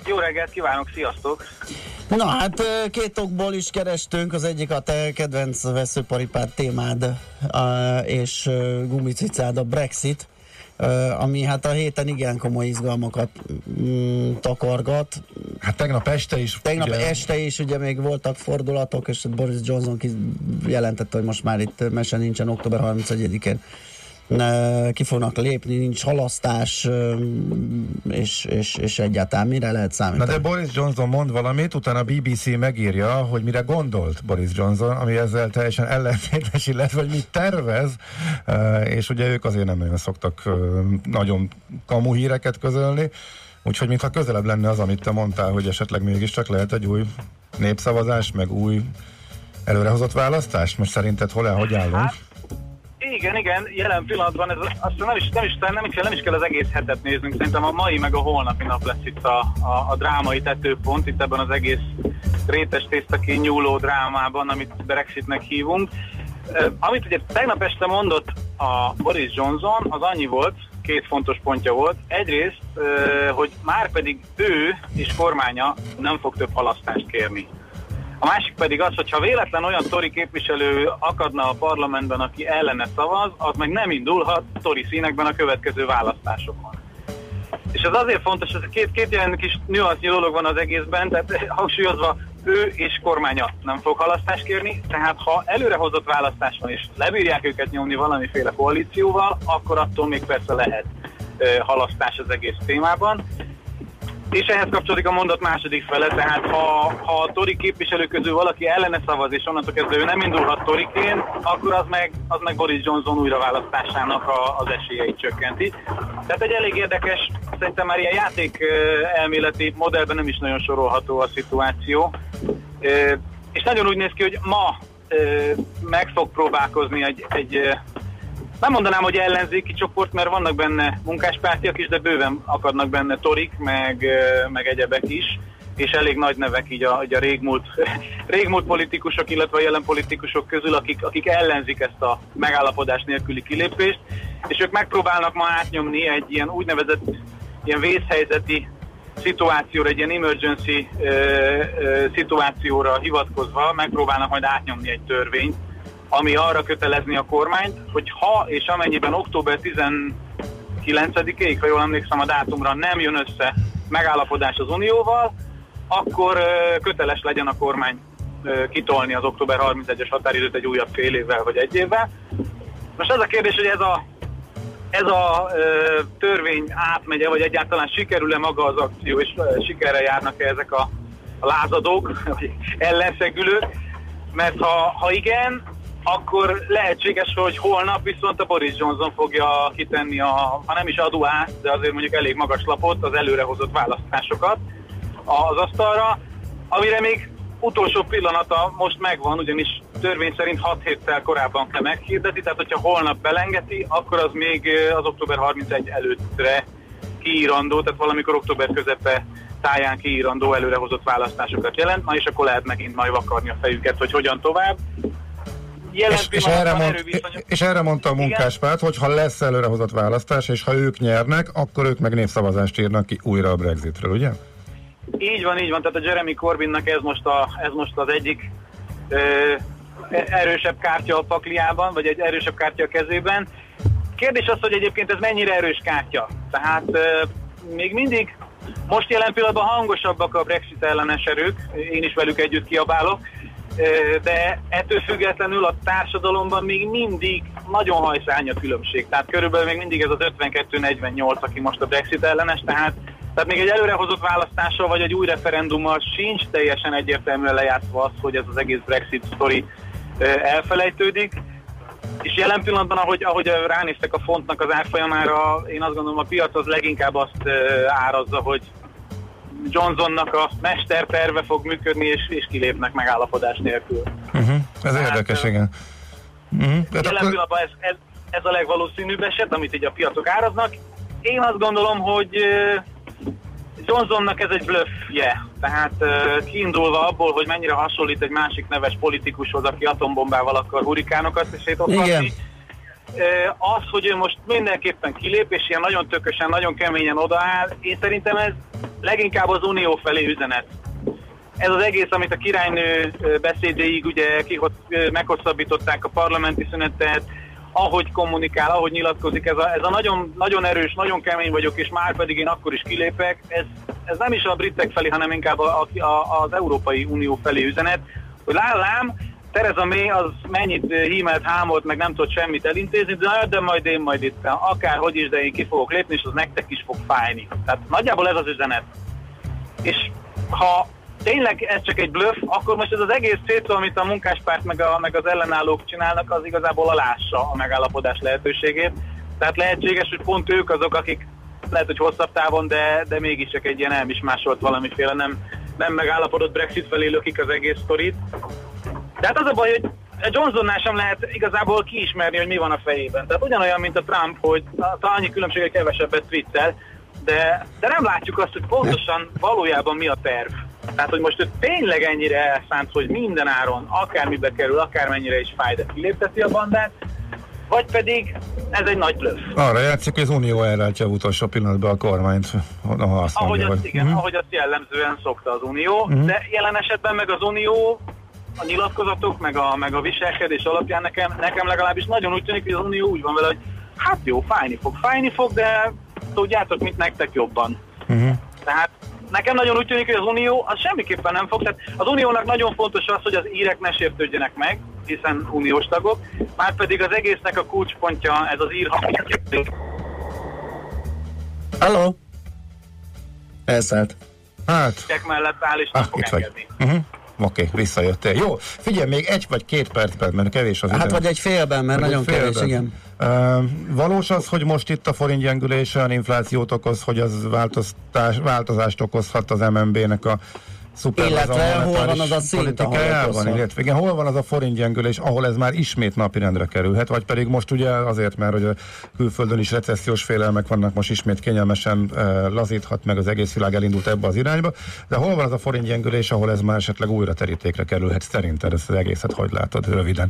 Jó reggelt kívánok, sziasztok! Na hát két okból is kerestünk, az egyik a te kedvenc veszőparipár témád és gumicicád, a Brexit, ami hát a héten igen komoly izgalmakat mm, takargat. Hát tegnap este is. Tegnap ugye... este is ugye még voltak fordulatok, és Boris Johnson jelentette, hogy most már itt mese nincsen október harmincegyedikén. Ki fognak lépni, nincs halasztás, és, és, és egyáltalán mire lehet számítani. Na de Boris Johnson mond valamit, utána a bé bé cé megírja, hogy mire gondolt Boris Johnson, ami ezzel teljesen ellentétes, illetve hogy mit tervez, és ugye ők azért nem nagyon szoktak nagyon kamu híreket közölni, úgyhogy mintha közelebb lenne az, amit te mondtál, hogy esetleg mégiscsak lehet egy új népszavazás, meg új előrehozott választás. Most szerinted hol el, hogy állunk? Hát, igen, igen, jelen pillanatban ez, azt nem is, nem, is, nem, is, nem is kell az egész hetet néznünk, szerintem a mai meg a holnapi nap lesz itt a, a, a drámai tetőpont, itt ebben az egész rétes tésztakin nyúló drámában, amit Brexitnek hívunk. Uh, amit ugye tegnap este mondott a Boris Johnson, az annyi volt, két fontos pontja volt. Egyrészt, uh, hogy már pedig ő és kormánya nem fog több halasztást kérni. A másik pedig az, hogyha véletlen olyan tori képviselő akadna a parlamentben, aki ellene szavaz, az meg nem indulhat tori színekben a következő választásokon. És ez azért fontos, hogy két, két ilyen kis nüansznyi dolog van az egészben, tehát hangsúlyozva ő és kormánya nem fog halasztást kérni, tehát ha előrehozott választás van és lebírják őket nyomni valamiféle koalícióval, akkor attól még persze lehet ö, halasztás az egész témában. És ehhez kapcsolódik a mondat második fele, tehát ha, ha a tori képviselő közül valaki ellene szavaz, és onnantól kezdve ő nem indulhat toriként, akkor az meg, az meg Boris Johnson újraválasztásának a, az esélyeit csökkenti. Tehát egy elég érdekes, szerintem már ilyen játék elméleti modellben nem is nagyon sorolható a szituáció. És nagyon úgy néz ki, hogy ma meg fog próbálkozni egy, egy nem mondanám, hogy ellenzéki csoport, mert vannak benne munkáspártiak is, de bőven akadnak benne torik, meg, meg egyebek is, és elég nagy nevek így a, így a régmúlt, régmúlt politikusok, illetve a jelen politikusok közül, akik, akik ellenzik ezt a megállapodás nélküli kilépést, és ők megpróbálnak ma átnyomni egy ilyen úgynevezett ilyen vészhelyzeti szituációra, egy ilyen emergency ö, ö, szituációra hivatkozva megpróbálnak majd átnyomni egy törvényt, ami arra kötelezni a kormányt, hogy ha és amennyiben október tizenkilencedikéig, ha jól emlékszem a dátumra, nem jön össze megállapodás az Unióval, akkor ö, köteles legyen a kormány ö, kitolni az október harmincegyes határidőt egy újabb fél évvel vagy egy évvel. Most az a kérdés, hogy ez a, ez a ö, törvény átmegye, vagy egyáltalán sikerül-e maga az akció, és ö, sikerre járnak-e ezek a, a lázadók, vagy ellenszegülők, mert ha, ha igen, akkor lehetséges, hogy holnap viszont a Boris Johnson fogja kitenni a, ha nem is adóát, de azért mondjuk elég magas lapot, az előrehozott választásokat az asztalra, amire még utolsó pillanata most megvan, ugyanis törvény szerint hat héttel korábban kell meghirdetni, tehát hogyha holnap belengeti, akkor az még az október harmincegy előttre kiírandó, tehát valamikor október közepe táján kiírandó előrehozott választásokat jelent, na és akkor lehet megint majd vakarni a fejüket, hogy hogyan tovább. És, és, erre mond, és erre mondta a munkáspárt, hogy ha lesz előrehozott választás, és ha ők nyernek, akkor ők meg népszavazást írnak ki újra a Brexitről, ugye? Így van, így van, tehát a Jeremy Corbynnak ez most, a, ez most az egyik ö, erősebb kártya a pakliában, vagy egy erősebb kártya a kezében. Kérdés az, hogy egyébként ez mennyire erős kártya. Tehát ö, még mindig most jelen pillanatban hangosabbak a Brexit ellenes erők, én is velük együtt kiabálok, de ettől függetlenül a társadalomban még mindig nagyon hajszány a különbség. Tehát körülbelül még mindig ez az ötvenkettő negyvennyolc, aki most a Brexit ellenes, tehát, tehát még egy előrehozott választással vagy egy új referendummal sincs teljesen egyértelműen lejátszva az, hogy ez az egész Brexit sztori elfelejtődik. És jelen pillanatban, ahogy, ahogy ránéztek a fontnak az árfolyamára, én azt gondolom, a piac az leginkább azt árazza, hogy Johnsonnak a mesterterve fog működni, és, és kilépnek megállapodás nélkül. Uh-huh. Ez hát, érdekes, igen. Uh-huh. Jelen akkor... pillanatban ez, ez, ez a legvalószínűbb eset, amit így a piacok áraznak. Én azt gondolom, hogy Johnsonnak ez egy bluffje. Tehát kiindulva abból, hogy mennyire hasonlít egy másik neves politikushoz, aki atombombával akar hurikánokat szétosztatni. Az, hogy ő most mindenképpen kilép, és ilyen nagyon tökösen, nagyon keményen odaáll, én szerintem ez leginkább az Unió felé üzenet. Ez az egész, amit a királynő beszédéig ugye kihoz- meghosszabbították a parlamenti szünetet, ahogy kommunikál, ahogy nyilatkozik, ez a, ez a nagyon, nagyon erős, nagyon kemény vagyok, és már pedig én akkor is kilépek, ez, ez nem is a britek felé, hanem inkább a, a, az Európai Unió felé üzenet, hogy lám, Theresa May az mennyit hímelt, hámolt, meg nem tudott semmit elintézni, de, de majd én majd itt, akárhogy is, de én ki fogok lépni, és az nektek is fog fájni. Tehát nagyjából ez az üzenet. És ha tényleg ez csak egy bluff, akkor most ez az egész szétszó, amit a munkáspárt meg, a, meg az ellenállók csinálnak, az igazából alássa a megállapodás lehetőségét. Tehát lehetséges, hogy pont ők azok, akik lehet, hogy hosszabb távon, de, de mégiscsak egy ilyen elmismásolt valamiféle nem, nem megállapodott Brexit felé lökik az egész sztorit. De hát az a baj, hogy a Johnsonnál sem lehet igazából kiismerni, hogy mi van a fejében. Tehát ugyanolyan, mint a Trump, hogy talán annyi különbség, hogy kevesebbet twittel, de, de nem látjuk azt, hogy pontosan valójában mi a terv. Tehát, hogy most ő tényleg ennyire elszánt, hogy minden áron, akármibe kerül, akármennyire is fáj, de kilépteti a bandát, vagy pedig ez egy nagy bluff. Arra játszik, hogy az Unió elrántja utolsó pillanatban a kormányt. Ha azt ahogy, mondja, azt, vagy... igen, uh-huh. ahogy azt jellemzően szokta az Unió, Uh-huh. de jelen esetben meg az Unió, a nyilatkozatok, meg a, meg a viselkedés alapján nekem, nekem legalábbis nagyon úgy tűnik, hogy az Unió úgy van vele, hogy hát jó, fájni fog, fájni fog, de tudjátok, mit nektek jobban. Uh-huh. Tehát nekem nagyon úgy tűnik, hogy az Unió az semmiképpen nem fog. Tehát az Uniónak nagyon fontos az, hogy az írek ne sértődjenek meg, hiszen uniós tagok, márpedig az egésznek a kulcspontja ez az ír hangja. Halló? Elszállt. Hát. mellett áll és nem ah, fog engedni. Uh-huh. Oké, okay, visszajöttél. Jó, figyelj, még egy vagy két percben, mert kevés az Hát idő. vagy egy félben, mert vagy nagyon kevés, igen. Uh, valós az, hogy most itt a forint gyengülése olyan inflációt okoz, hogy az változást okozhat az em en bé-nek a szuper illetve hol van az a szint, ahol illetve, igen, hol van az a forint gyengülés, ahol ez már ismét napirendre kerülhet, vagy pedig most ugye azért, mert hogy a külföldön is recessziós félelmek vannak, most ismét kényelmesen uh, lazíthat, meg az egész világ elindult ebbe az irányba, de hol van az a forint gyengülés, ahol ez már esetleg újra terítékre kerülhet? Szerinted ezt az egészet hogy látod röviden?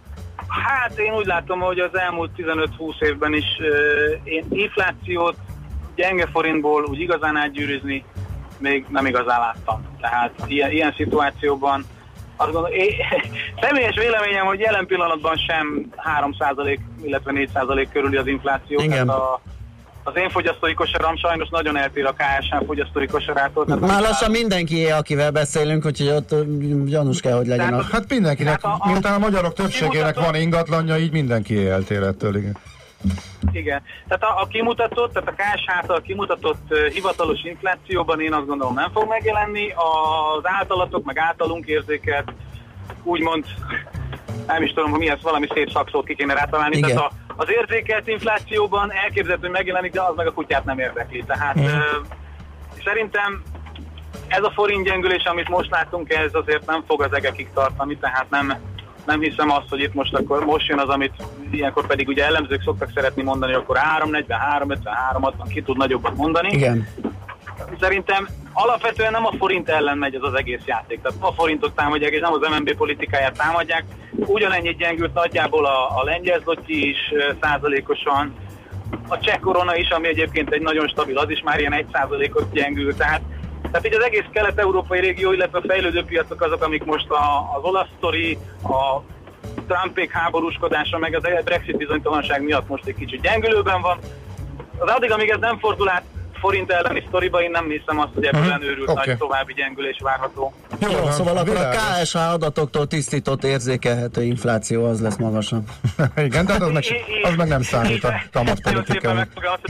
Hát én úgy látom, hogy az elmúlt tizenöt-húsz évben is uh, én inflációt gyenge forintból úgy igazán átgyűrűzni még nem igazán láttam. Tehát ilyen, ilyen szituációban azt gondolom, én, személyes véleményem, hogy jelen pillanatban sem három százalék, illetve négy százalék körüli az infláció. Tehát a, az én fogyasztói kosaram sajnos nagyon eltér a ká es há fogyasztói kosarától. Már lassan mindenki, akivel beszélünk, úgyhogy ott gyanús kell, hogy legyen. A... Hát mindenkinek, a, a, miután a magyarok többségének van ingatlanja, így mindenki eltér ettől, igen. Igen. Tehát a, a kimutatott, tehát a ká es há által kimutatott uh, hivatalos inflációban én azt gondolom nem fog megjelenni. Az általatok, meg általunk érzékelt, úgymond, nem is tudom, hogy mi ez, valami szép szakszót ki kéne rátalálni. Igen. Tehát a, az érzékelt inflációban elképzelhető, hogy megjelenik, de az meg a kutyát nem érdekli. Tehát mm. uh, szerintem ez a forint gyengülés, amit most látunk, ez azért nem fog az egekig tartani, tehát nem Nem hiszem azt, hogy itt most akkor most jön az, amit ilyenkor pedig ugye ellenzők szoktak szeretni mondani, akkor három negyven, három ötven, három hatvan ki tud nagyobbat mondani. Igen. Szerintem alapvetően nem a forint ellen megy ez az egész játék. Tehát a forintot támadják, és nem az em en bé politikáját támadják. Ugyanennyit gyengült nagyjából a, a lengyel zloty is százalékosan. A cseh korona is, ami egyébként egy nagyon stabil, az is már ilyen egy százalékot gyengült. Tehát Tehát így az egész kelet-európai régió, illetve a fejlődő piacok azok, amik most a, az olasz sztori, a Trumpék háborúskodása, meg az Brexit bizonytalanság miatt most egy kicsit gyengülőben van. Az addig, amíg ez nem fordul át forint elleni sztoriba, én nem hiszem azt, hogy ebből uh-huh. őrült okay. nagy további gyengülés várható. Jó, Jó szóval akkor a ká es há adatoktól tisztított érzékelhető infláció az lesz magasabb. Igen, tehát az meg, az meg nem számít a kamatpolitikának.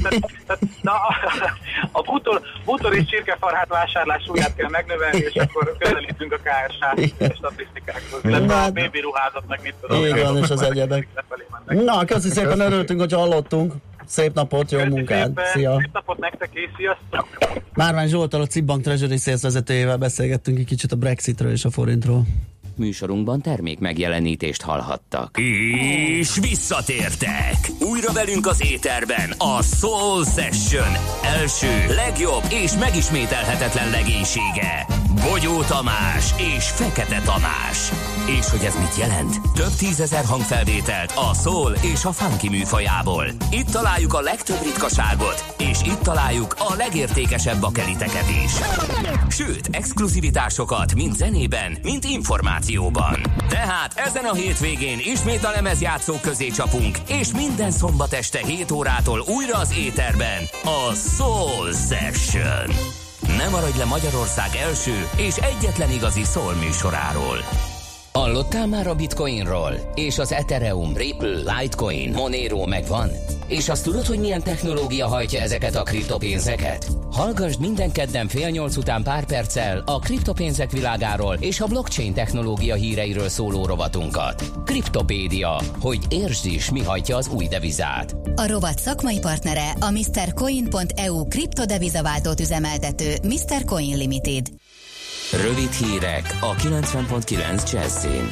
A bútor, bútor és csirkefarhát vásárlás súlyát kell megnövelni, és akkor közelítünk a ká es há statisztikákhoz. Illetve a bébi ruházat, meg mit tudom. Így van, és az egyebek. Na, köszi szépen, örültünk, hogy hallottunk. Szép napot, jó Köszönöm munkát! Szépen. Szia! Szép napot nektek és sziasztok! Márvány Zsolttal, a Cibbank Treasury Sales vezetőjével beszélgettünk egy kicsit a Brexitről és a forintról. Műsorunkban termék megjelenítést hallhattak. És visszatértek! Újra velünk az éterben a Soul Session első, legjobb és megismételhetetlen legénysége. Bogyó Tamás és Fekete Tamás. És hogy ez mit jelent? Több tízezer hangfelvételt a soul és a funky műfajából. Itt találjuk a legtöbb ritkaságot, és itt találjuk a legértékesebb bakeliteket is. Sőt, exkluzivitásokat mind zenében, mind információban. Tehát ezen a hétvégén ismét a lemezjátszók közé csapunk, és minden szombat este hét órától újra az éterben a Soul Session. Ne maradj le Magyarország első és egyetlen igazi soul műsoráról. Hallottál már a Bitcoinról? És az Ethereum, Ripple, Litecoin, Monero megvan? És azt tudod, hogy milyen technológia hajtja ezeket a kriptopénzeket? Hallgassd minden kedden fél nyolc után pár perccel a kriptopénzek világáról és a blockchain technológia híreiről szóló rovatunkat. Kriptopédia, hogy értsd is, mi hajtja az új devizát. A rovat szakmai partnere a mister coin pont e u kriptodevizaváltót üzemeltető mister Coin Limited. Rövid hírek a kilencven pont kilenc Jazzin.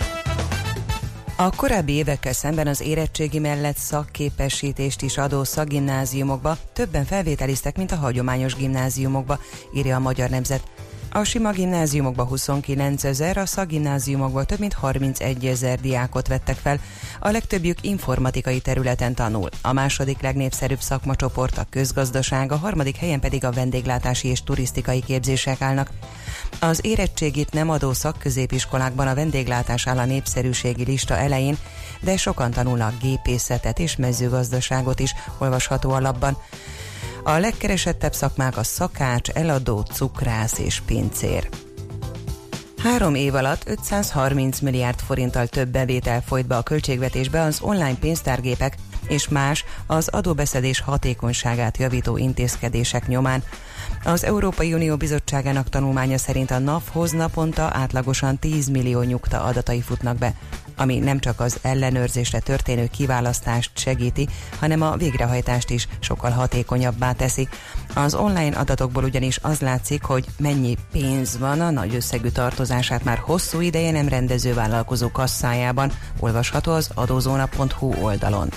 A korábbi évekkel szemben az érettségi mellett szakképesítést is adó szakgimnáziumokba többen felvételiztek, mint a hagyományos gimnáziumokba, írja a Magyar Nemzet. A sima gimnáziumokba huszonkilencezer, a szakgimnáziumokba több mint harmincegyezer diákot vettek fel, a legtöbbjük informatikai területen tanul. A második legnépszerűbb szakmacsoport a közgazdaság, a harmadik helyen pedig a vendéglátási és turisztikai képzések állnak. Az érettségit nem adó szakközépiskolákban a vendéglátás áll a népszerűségi lista elején, de sokan tanulnak gépészetet és mezőgazdaságot is, olvasható a lapban. A legkeresettebb szakmák a szakács, eladó, cukrász és pincér. Három év alatt ötszázharminc milliárd forinttal több bevétel folyt be a költségvetésbe az online pénztárgépek és más az adóbeszedés hatékonyságát javító intézkedések nyomán. Az Európai Unió Bizottságának tanulmánya szerint a NAV-hoz naponta átlagosan tíz millió nyugta adatai futnak be, ami nem csak az ellenőrzésre történő kiválasztást segíti, hanem a végrehajtást is sokkal hatékonyabbá teszi. Az online adatokból ugyanis az látszik, hogy mennyi pénz van a nagy összegű tartozását már hosszú ideje nem rendező vállalkozó kasszájában, olvasható az adózóna pont hu oldalon.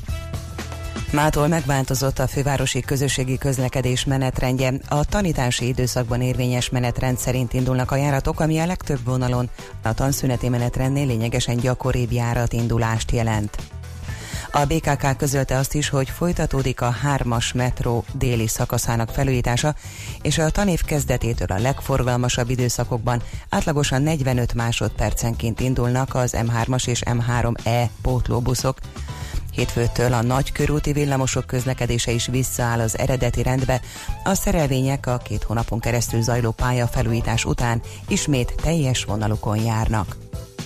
Mától megváltozott a fővárosi közösségi közlekedés menetrendje. A tanítási időszakban érvényes menetrend szerint indulnak a járatok, ami a legtöbb vonalon a tanszüneti menetrendnél lényegesen gyakoribb járatindulást jelent. A bé ká ká közölte azt is, hogy folytatódik a hármas metró déli szakaszának felújítása, és a tanév kezdetétől a legforgalmasabb időszakokban átlagosan negyvenöt másodpercenként indulnak az em hármas és em három e pótlóbuszok. Hétfőtől a nagykörúti villamosok közlekedése is visszaáll az eredeti rendbe, a szerelvények a két hónapon keresztül zajló pályafelújítás után ismét teljes vonalukon járnak.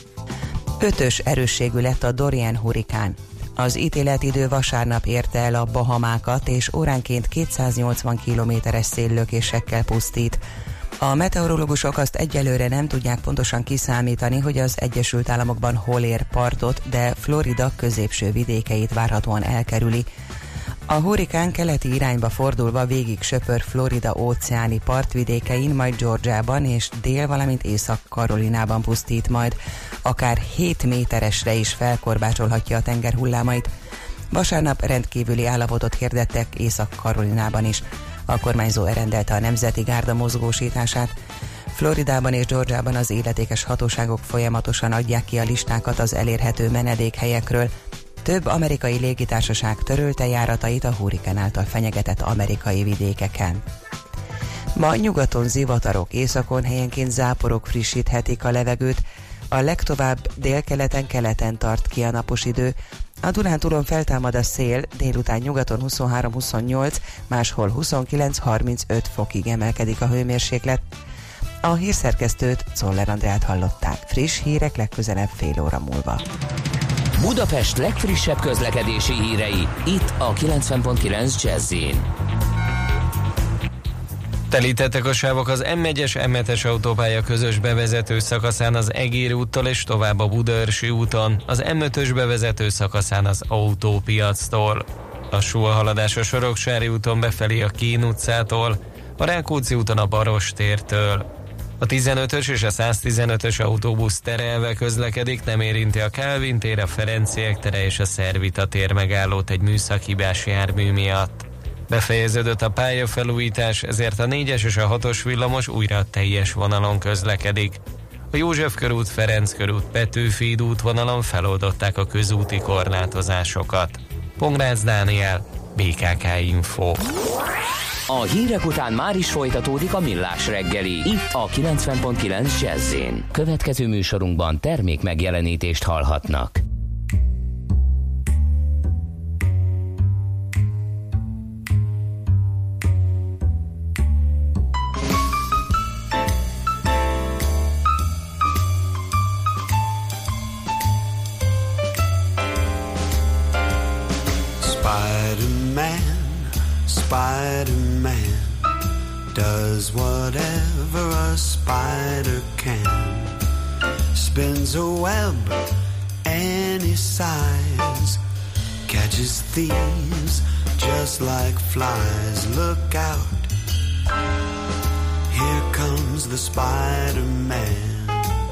Ötös erősségű lett a Dorian hurrikán. Az ítéletidő vasárnap érte el a Bahamákat, és óránként kétszáznyolcvan kilométeres széllökésekkel pusztít. A meteorológusok azt egyelőre nem tudják pontosan kiszámítani, hogy az Egyesült Államokban hol ér partot, de Florida középső vidékeit várhatóan elkerüli. A hurrikán keleti irányba fordulva végig söpör Florida óceáni partvidékein, majd Georgiában és dél, valamint Észak-Karolinában pusztít majd. Akár hét méteresre is felkorbácsolhatja a tenger hullámait. Vasárnap rendkívüli állapotot hirdettek Észak-Karolinában is. A kormányzó elrendelte a Nemzeti Gárda mozgósítását. Floridában és Georgiában az illetékes hatóságok folyamatosan adják ki a listákat az elérhető menedékhelyekről. Több amerikai légitársaság törölte járatait a hurrikán által fenyegetett amerikai vidékeken. Ma nyugaton zivatarok, északon helyenként záporok frissíthetik a levegőt. A legtovább délkeleten keleten tart ki a napos idő. A Dunántúlon feltámad a szél, délután nyugaton huszonhárom huszonnyolc, máshol huszonkilenc harmincöt fokig emelkedik a hőmérséklet. A hírszerkesztőt, Czoller Andrát hallották. Friss hírek legközelebb fél óra múlva. Budapest legfrissebb közlekedési hírei, itt a kilencven pont kilenc Jazzin. Telítettek a sávok az em egyes em hetes autópálya közös bevezető szakaszán az Egér úttól és tovább a Budaörsi úton, az em ötös bevezető szakaszán az Autópiactól. Lassú a haladás a Soroksári úton befelé a Kín utcától, a Rákóczi úton a Barostértől. A tizenötös és a száztizenötös autóbusz terelve közlekedik, nem érinti a Kálvin tér, a Ferenciek tere és a Szervita tér megállót egy műszakhibás jármű miatt. Befejeződött a pályafelújítás, ezért a négyes és a hatos villamos újra teljes vonalon közlekedik. A József körút, Ferenc körút, Petőfi útvonalon feloldották a közúti korlátozásokat. Pongrácz Dániel, bé ká ká Info. A hírek után már is folytatódik a Millás reggeli, itt a kilencven pont kilenc Jazz-én. Következő műsorunkban termék megjelenítést hallhatnak. Spider-Man, Spider-Man does whatever a spider can. Spins a web any size, catches thieves just like flies. Look out, here comes the Spider-Man.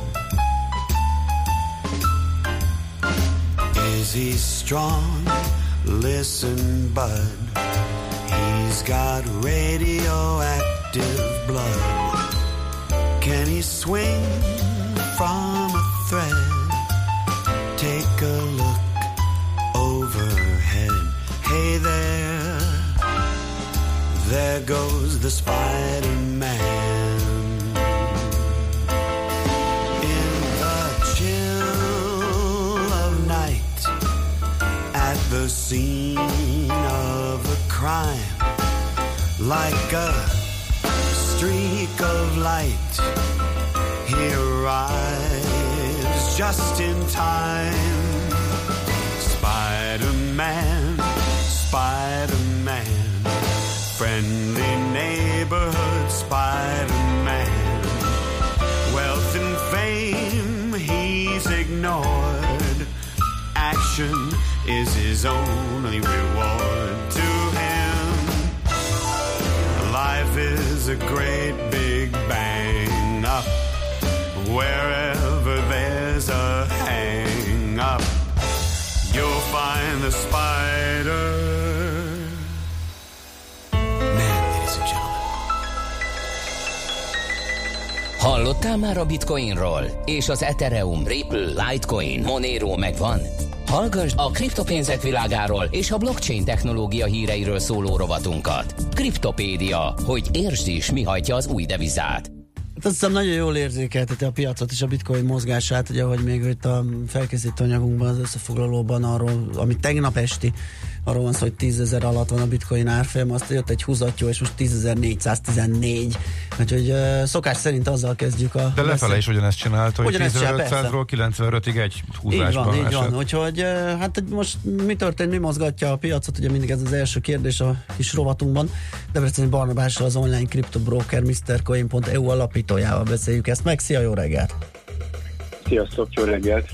Is he strong? Listen, bud, he's got radioactive blood. Can he swing from a thread? Take a look overhead. Hey there, there goes the Spider-Man. In the chill of night, at the scene of a crime, like a streak of light, he arrives just in time. Spider-Man, Spider-Man, friendly neighborhood Spider-Man. Wealth and fame he's ignored, action is his only reward. To him, life is a great big bang up. Wherever there's a hang up, you'll find the spider. Man, ladies and gentlemen. Hallottál már a Bitcoinról? És az Ethereum, Ripple, Litecoin, Monero megvan? Hallgass a kriptopénzek világáról és a blockchain technológia híreiről szóló rovatunkat. Kriptopédia, hogy értsd is, mi hajtja az új devizát. Azt hiszem nagyon jól érzékelteti a piacot és a bitcoin mozgását, ugye, hogy még itt a felkészítő anyagunkban, az összefoglalóban arról, ami tegnap esti, arról van szó, hogy tízezer alatt van a bitcoin árfolyam, azt jött egy húzattyú, és most tízezer-négyszáztizennégy. Úgyhogy uh, szokás szerint azzal kezdjük a... De lefele is ugyanezt csinálta, hogy tízezer-ötszázról kilencvenötig egy húzásban Így van, esett. így van. Úgyhogy uh, hát most mi történt, mi mozgatja a piacot, ugye mindig ez az első kérdés a kis rovatunkban. Debreceni Barnabással, az online kriptobroker mister coin pont e u alapítójával beszéljük ezt meg. Szia, jó reggelt! Sziasztok, jó reggelt!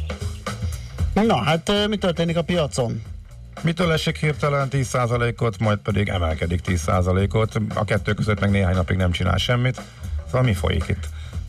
Na, hát uh, mi történik a piacon? Mitől esik hirtelen tíz százalékot, majd pedig emelkedik tíz százalékot, a kettő között meg néhány napig nem csinál semmit. Szóval mi folyik itt?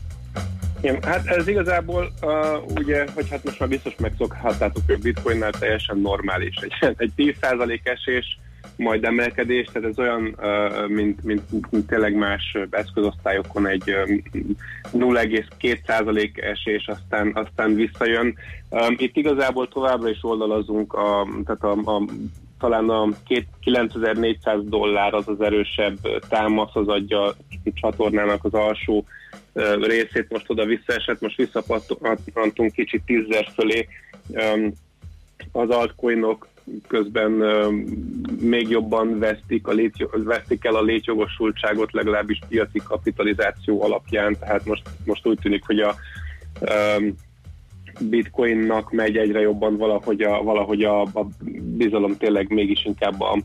Igen, hát ez igazából uh, ugye, hogy hát most már biztos megszokhattátok, hogy a bitcoinnál teljesen normális. Egy, egy tíz százalék esés, majd emelkedés, tehát ez olyan, uh, mint, mint, mint tényleg más eszközosztályokon egy um, nulla egész két százalék esés, aztán, aztán visszajön. Um, itt igazából továbbra is oldalazunk, a, tehát a, a, talán a kilencezer-négyszáz dollár az az erősebb támasz, az adja a csatornának az alsó uh, részét, most oda visszaesett, most visszapattantunk kicsit tízezer fölé. Um, az altcoinok közben uh, még jobban vesztik, a lét, vesztik el a létjogosultságot, legalábbis piaci kapitalizáció alapján, tehát most, most úgy tűnik, hogy a um, bitcoinnak megy egyre jobban valahogy a, valahogy a, a bizalom tényleg mégis inkább a,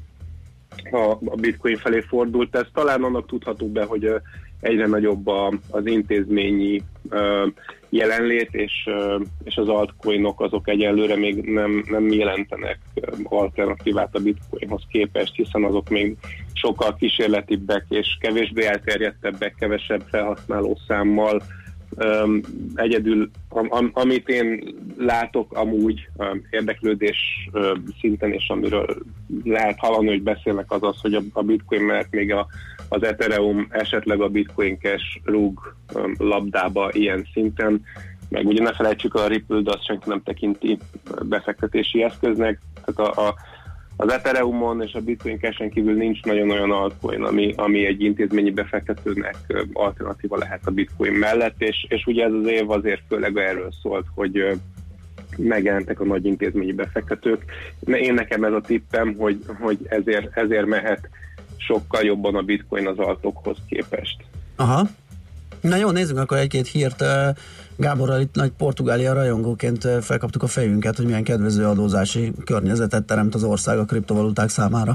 a, a bitcoin felé fordult. Ez talán annak tudható be, hogy uh, egyre nagyobb a, az intézményi uh, jelenlét, és, uh, és az altcoinok azok egyelőre még nem, nem jelentenek alternatívát a bitcoinhoz képest, hiszen azok még sokkal kísérletibbek és kevésbé elterjedtebbek, kevesebb felhasználó számmal, Um, egyedül, am, amit én látok amúgy um, érdeklődés um, szinten, és amiről lehet hallani, hogy beszélnek, az az, hogy a, a Bitcoin mellett még a, az Ethereum esetleg a Bitcoin Cash rúg um, labdába ilyen szinten, meg ugye ne felejtsük, a Ripple-t azt senki nem tekinti befektetési eszköznek, tehát a, a az Ethereumon és a Bitcoin Cash-en kívül nincs nagyon olyan altcoin, ami, ami egy intézményi befektetőnek alternatíva lehet a Bitcoin mellett, és, és ugye ez az év azért főleg erről szólt, hogy megjelentek a nagy intézményi befektetők. Én nekem ez a tippem, hogy, hogy ezért, ezért mehet sokkal jobban a Bitcoin az altokhoz képest. Aha. Na jó, nézzük akkor egy-két hírt. Gáborral itt nagy Portugália rajongóként felkaptuk a fejünket, hogy milyen kedvező adózási környezetet teremt az ország a kriptovaluták számára.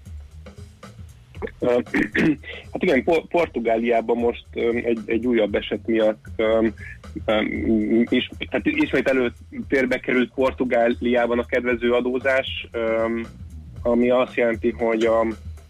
Hát igen, Portugáliában most egy, egy újabb eset miatt um, um, is, hát ismét előtérbe került Portugáliában a kedvező adózás, um, ami azt jelenti, hogy a,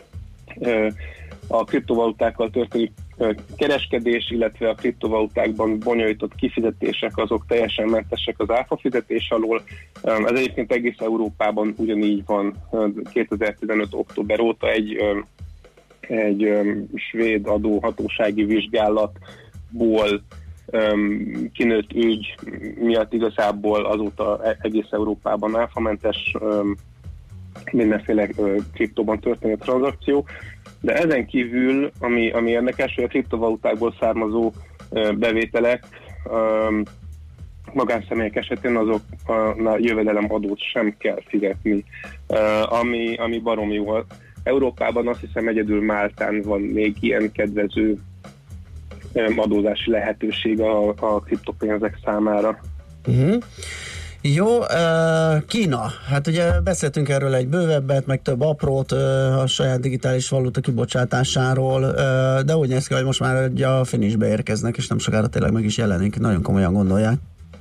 a kriptovalutákkal történő kereskedés, illetve a kriptovalutákban bonyolított kifizetések, azok teljesen mentesek az áfa fizetés alól. Ez egyébként egész Európában ugyanígy van. kétezer-tizenöt október óta egy, egy svéd adóhatósági vizsgálatból kinőtt ügy miatt igazából azóta egész Európában áfamentes mindenféle kriptóban történő tranzakció. De ezen kívül, ami, ami érdekes, hogy a kriptovalutákból származó uh, bevételek um, magánszemélyek esetén azok a jövedelem adót sem kell fizetni, uh, ami, ami baromi jó. Európában azt hiszem egyedül Máltán van még ilyen kedvező um, adózási lehetőség a, a kriptopénzek számára. Uh-huh. Jó, Kína. Hát ugye beszéltünk erről egy bővebbet, meg több aprót a saját digitális valuta kibocsátásáról, de úgy néz ki, hogy most már a finishbe érkeznek, és nem sokára tényleg meg is jelenik. Nagyon komolyan gondolják.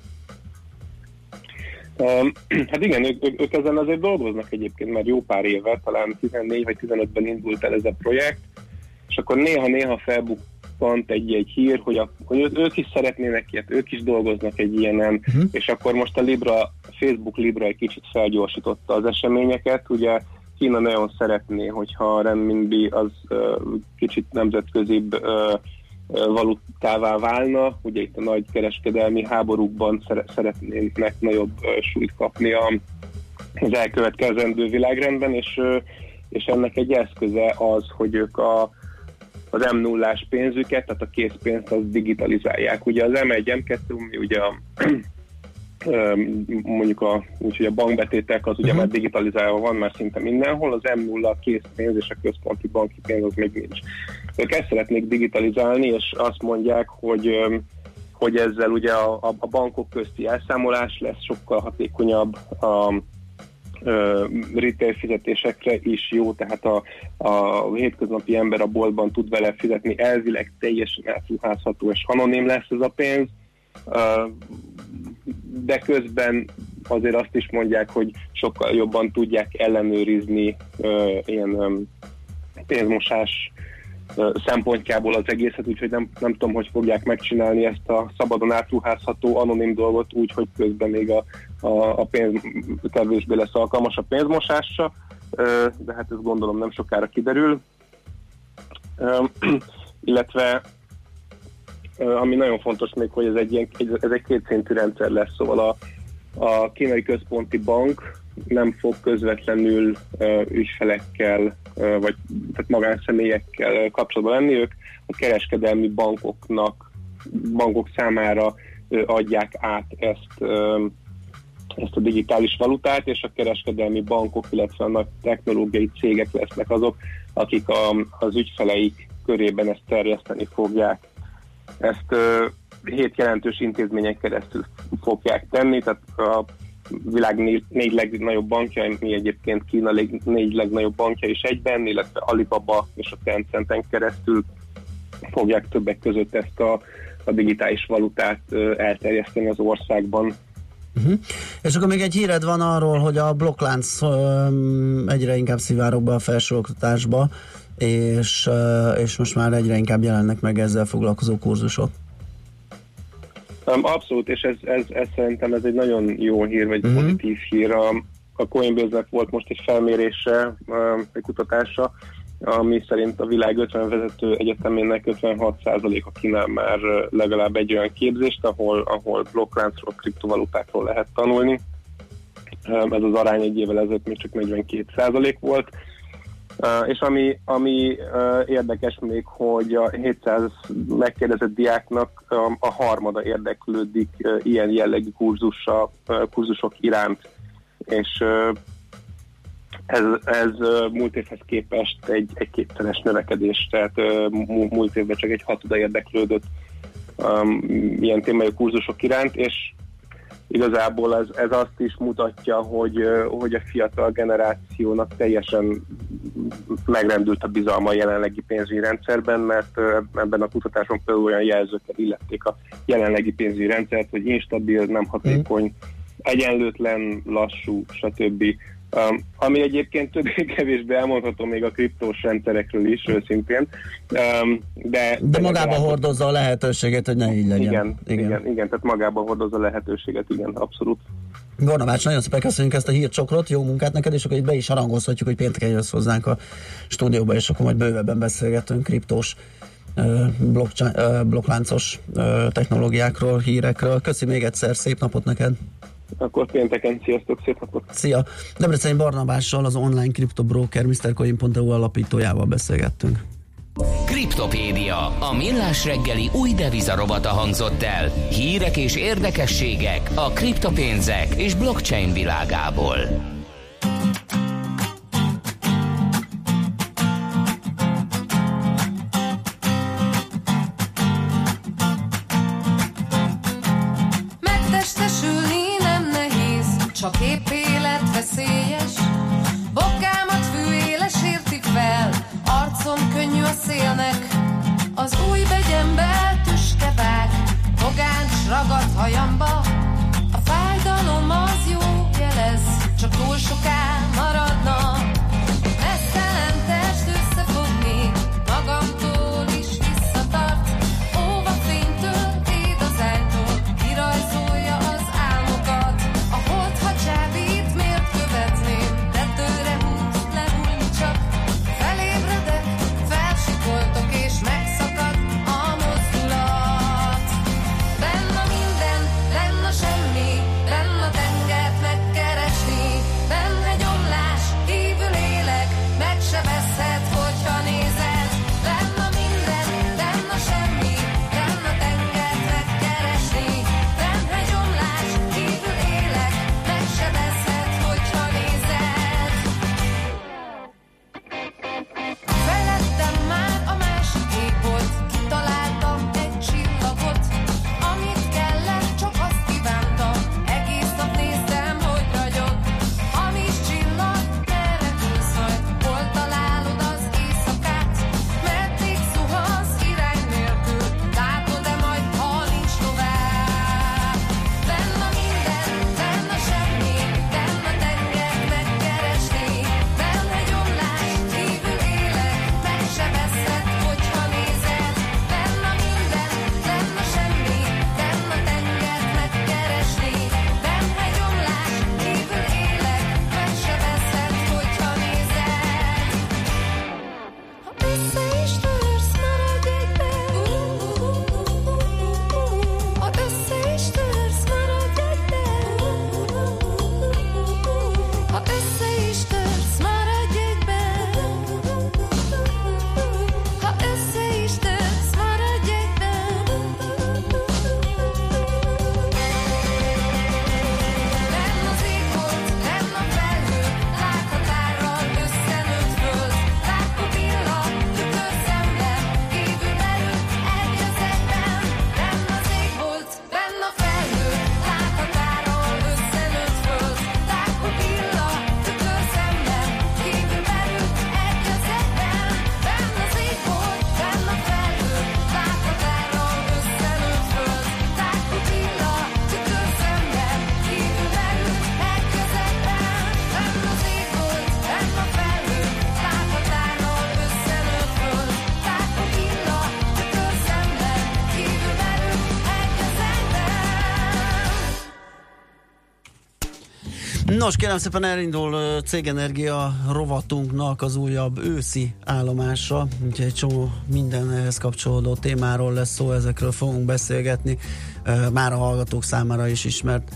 Um, hát igen, ők, ők ezen azért dolgoznak egyébként már jó pár éve, talán tizennégy vagy tizenötben indult el ez a projekt, és akkor néha-néha felbukkant egy-egy hír, hogy, a, hogy ők is szeretnének ilyet, ők is dolgoznak egy ilyenen, uh-huh. és akkor most a Libra, Facebook Libra egy kicsit felgyorsította az eseményeket, ugye Kína nagyon szeretné, hogyha a renminbi az uh, kicsit nemzetközibb uh, valutává válna, ugye itt a nagy kereskedelmi háborúkban szeretnének nagyobb súlyt kapni az elkövetkezendő világrendben, és, és ennek egy eszköze az, hogy ők a, az em nullás pénzüket, tehát a készpénzt az digitalizálják. Ugye az em egy, em kettő, ugye a, mondjuk a, úgyhogy a bankbetétek az ugye uh-huh. már digitalizálva van már szinte mindenhol, az em nulla a készpénz és a központi banki pénz az még nincs. Ők ezt szeretnék digitalizálni, és azt mondják, hogy, hogy ezzel ugye a, a bankok közti elszámolás lesz sokkal hatékonyabb, a, a retail fizetésekre is jó, tehát a, a hétköznapi ember a boltban tud vele fizetni, elvileg teljesen átruházható és anonim lesz ez a pénz, de közben azért azt is mondják, hogy sokkal jobban tudják ellenőrizni ilyen pénzmosás szempontjából az egészet, úgyhogy nem, nem tudom, hogy fogják megcsinálni ezt a szabadon átruházható anonim dolgot úgy, hogy közben még a, a, a pénz kevésbé lesz alkalmas a pénzmosásra, de hát ezt gondolom nem sokára kiderül. Illetve ami nagyon fontos még, hogy ez egy, ilyen, ez egy kétszintű rendszer lesz, szóval a, a kínai központi bank nem fog közvetlenül uh, ügyfelekkel, uh, vagy tehát magánszemélyekkel kapcsolatban lenni, ők a kereskedelmi bankoknak, bankok számára uh, adják át ezt, uh, ezt a digitális valutát, és a kereskedelmi bankok, illetve a nagy technológiai cégek lesznek azok, akik a, az ügyfeleik körében ezt terjeszteni fogják. Ezt uh, hét jelentős intézményen keresztül fogják tenni, tehát a világ négy, négy legnagyobb bankja, mi egyébként Kína négy legnagyobb bankja is egyben, illetve Alibaba és a Tencenten keresztül fogják többek között ezt a, a digitális valutát uh, elterjeszteni az országban. Uh-huh. És akkor még egy híred van arról, hogy a blokklánc um, egyre inkább szivárog be a felsőoktatásba, és, uh, és most már egyre inkább jelennek meg ezzel foglalkozó kurzusok. Um, abszolút, és ez, ez, ez szerintem ez egy nagyon jó hír, vagy uh-huh. pozitív hír. A, a Coinbase-nek volt most egy felmérése, um, egy kutatása, ami szerint a világ ötven vezető egyetemének ötvenhat százaléka kínál már legalább egy olyan képzést, ahol, ahol blokkláncról, kriptovalutákról lehet tanulni. Um, ez az arány egy évvel ezelőtt még csak negyvenkét százalék volt. Uh, és ami, ami uh, érdekes még, hogy a hétszáz megkérdezett diáknak um, a harmada érdeklődik uh, ilyen jellegű kurzusa, uh, kurzusok iránt, és uh, ez, ez uh, múlt évhez képest egy, egy kétszeres növekedés, tehát uh, múlt évben csak egy hatoda érdeklődött um, ilyen témájú kurzusok iránt, és igazából ez, ez azt is mutatja, hogy, hogy a fiatal generációnak teljesen megrendült a bizalma a jelenlegi pénzügyi rendszerben, mert ebben a kutatáson például olyan jelzőkkel illették a jelenlegi pénzügyi rendszert, hogy instabil, nem hatékony, egyenlőtlen, lassú, stb. Um, ami egyébként többé-kevésbé elmondható még a kriptós rendszerekről is, őszintén. Um, de, de magába hordozza a lehetőséget, hogy ne így legyen. Igen, igen, igen, igen tehát magába hordozza a lehetőséget, igen, abszolút. Gornavács, nagyon szépen köszönjük ezt a hírcsokrot, jó munkát neked, és akkor itt be is harangozhatjuk, hogy pénteken jössz hozzánk a stúdióba, és akkor majd bővebben beszélgetünk kriptós, blokkláncos technológiákról, hírekről. Köszi még egyszer, szép napot neked! Akkor pénteken, sziasztok, szép napot! Szia! Debreceni Barnabással, az online kriptobroker misztercoin pont e u alapítójával beszélgettünk. Kriptopédia, a millás reggeli új devizarobata hangzott el. Hírek és érdekességek a kriptopénzek és blockchain világából. Csak épp életveszélyes, bokámat fűéles érti fel, arcom könnyű a szélnek, az új begyembe tüskevág, fogáncs ragad hajamba, a fájdalom az jó jelez, csak túl soká maradna, mesztelen test összefogni, magamtól is visszatart, óva fénytől, édazánytól, kirajzolja az álmokat. Csábít miért követném, tetőre húz, lehújni csak. Felébredek, felsikoltok és megszakad a mozdulat. Benn a minden, lenn Nos, kérem szépen elindul Cégenergia rovatunknak az újabb őszi állomása, úgyhogy egy csomó minden ehhez kapcsolódó témáról lesz szó, ezekről fogunk beszélgetni. Már a hallgatók számára is ismert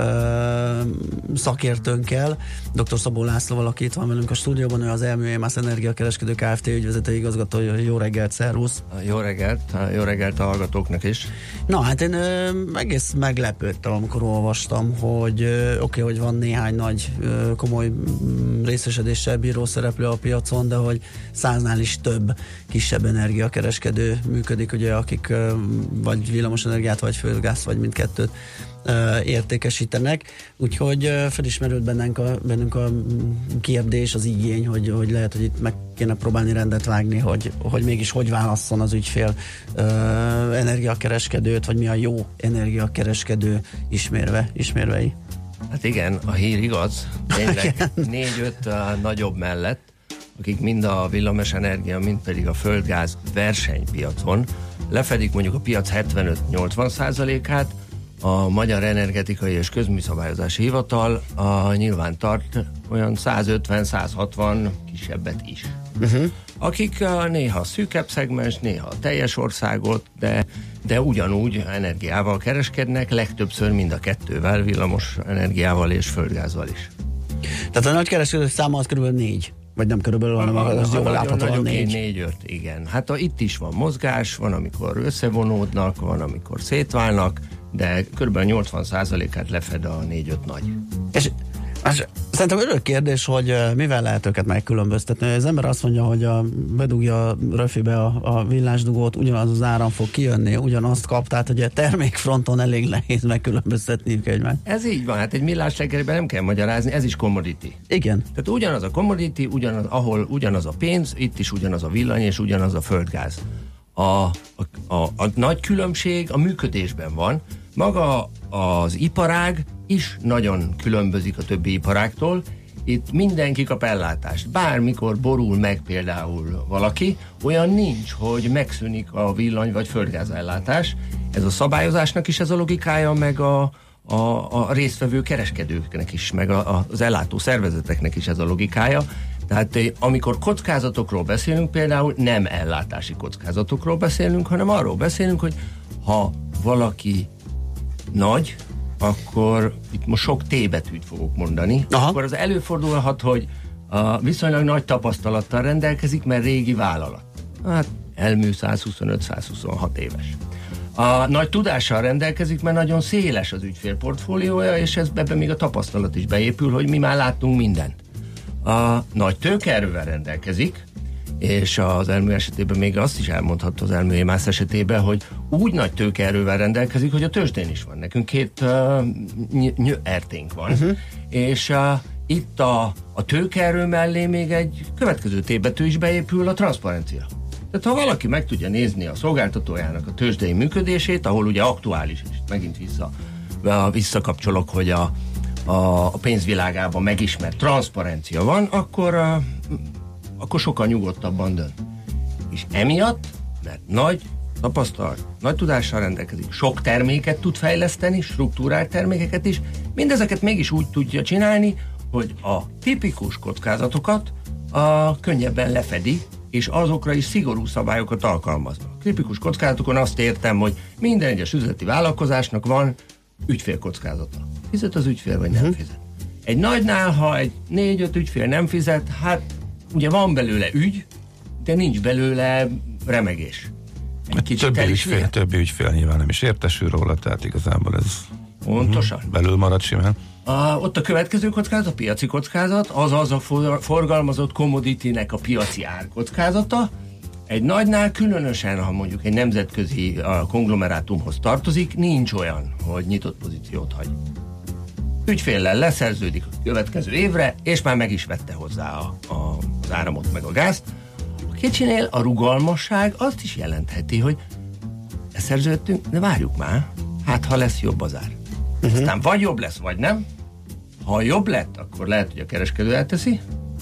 szakértőnkkel, dr. Szabó Lászlóval, aki itt van velünk a stúdióban, ő az Elmű-Émász Energiakereskedő Kft. Ügyvezető igazgatója. Jó reggelt, szervusz! Jó reggelt, jó reggelt a hallgatóknak is! Na, hát én ö, egész meglepődtem, amikor olvastam, hogy oké, okay, hogy van néhány nagy, ö, komoly részesedéssel bíró szereplő a piacon, de hogy száznál is több kisebb energiakereskedő működik, ugye, akik ö, vagy villamosenergiát, vagy földgázt, vagy mindkettőt értékesítenek, úgyhogy felismerült bennünk a, bennünk a kérdés, az igény, hogy, hogy lehet, hogy itt meg kéne próbálni rendet vágni, hogy, hogy mégis hogy válasszon az ügyfél uh, energiakereskedőt, vagy mi a jó energiakereskedő ismérve, ismérvei. Hát igen, a hír igaz. Tényleg négy-öt uh, nagyobb mellett, akik mind a villamos energia, mind pedig a földgáz versenypiacon lefedik mondjuk a piac hetvenöt-nyolcvan százalékát, a Magyar Energetikai és Közműszabályozási Hivatal a nyilván tart olyan százötven-százhatvan kisebbet is. Uh-huh. Akik uh, néha szűkebb szegmens, néha teljes országot, de, de ugyanúgy energiával kereskednek, legtöbbször mind a kettővel, villamos energiával és földgázzal is. Tehát a nagy kereskedő száma az körülbelül négy, vagy nem körülbelül, hanem a, az jól láthatóan négy. négy-öt, igen. Hát a, itt is van mozgás, van amikor összevonódnak, van amikor szétválnak, de kb. nyolcvan százalékát lefed a négy-öt nagy. És az, szerintem örök kérdés, hogy mivel lehet őket megkülönböztetni. Az ember azt mondja, hogy a, bedugja a röfibe a, a villásdugót, ugyanaz az áram fog kijönni, ugyanazt kap, tehát hogy a termékfronton elég nehéz megkülönböztetniük egymást. Ez így van, hát egy millás reggelben nem kell magyarázni, ez is commodity. Igen. Tehát ugyanaz a commodity, ugyanaz, ahol ugyanaz a pénz, itt is ugyanaz a villany és ugyanaz a földgáz. A, a, a, a nagy különbség a működésben van. Maga az iparág is nagyon különbözik a többi iparágtól. Itt mindenki kap ellátást. Bármikor borul meg például valaki, olyan nincs, hogy megszűnik a villany vagy földgázellátás. Ez a szabályozásnak is ez a logikája, meg a, a, a résztvevő kereskedőknek is, meg a, az ellátó szervezeteknek is ez a logikája. Tehát amikor kockázatokról beszélünk, például nem ellátási kockázatokról beszélünk, hanem arról beszélünk, hogy ha valaki nagy, akkor itt most sok T betűt fogok mondani, aha, akkor az előfordulhat, hogy a viszonylag nagy tapasztalattal rendelkezik, mert régi vállalat. Hát Elmű százhuszonöt-százhuszonhat éves. A nagy tudással rendelkezik, mert nagyon széles az ügyfélportfóliója, és ez, ebben még a tapasztalat is beépül, hogy mi már láttunk mindent. A nagy tőkeerővel rendelkezik, és az Elmű esetében még azt is elmondható az Elmű-Émász esetében, hogy úgy nagy tőkeerővel rendelkezik, hogy a tőzsdén is van. Nekünk két uh, ny- erténk van, uh-huh. és uh, itt a, a tőkeerő mellé még egy következő T-betű is beépül, a transzparencia. Tehát ha valaki meg tudja nézni a szolgáltatójának a tőzsdei működését, ahol ugye aktuális, és megint vissza, visszakapcsolok, hogy a, a, a pénzvilágában megismert transzparencia van, akkor uh, akkor sokkal nyugodtabban dönt. És emiatt, mert nagy tapasztalat, nagy tudással rendelkezik, sok terméket tud fejleszteni, struktúrált termékeket is, mindezeket mégis úgy tudja csinálni, hogy a tipikus kockázatokat a könnyebben lefedi, és azokra is szigorú szabályokat alkalmaznak. A tipikus kockázatokon azt értem, hogy minden egyes üzleti vállalkozásnak van ügyfélkockázata. Fizet az ügyfél, vagy nem fizet? Egy nagynál, ha egy négy-öt ügyfél nem fizet, hát ugye van belőle ügy, de nincs belőle remegés. Egy többi ügyfél, többi ügyfél nyilván nem is értesül róla, tehát igazából ez pontosan. Uh-huh, belül marad simán. A, ott a következő kockázat, a piaci kockázat, az az a for, forgalmazott commodity-nek a piaci árkockázata. Egy nagynál különösen, ha mondjuk egy nemzetközi a konglomerátumhoz tartozik, nincs olyan, hogy nyitott pozíciót hagy. Ügyféllel leszerződik a következő évre, és már meg is vette hozzá a, a, az áramot meg a gázt. A kicsinél a rugalmasság azt is jelentheti, hogy leszerződtünk, de várjuk már, hát ha lesz jobb az ár. Uh-huh. Aztán vagy jobb lesz, vagy nem. Ha jobb lett, akkor lehet, hogy a kereskedő elteszi.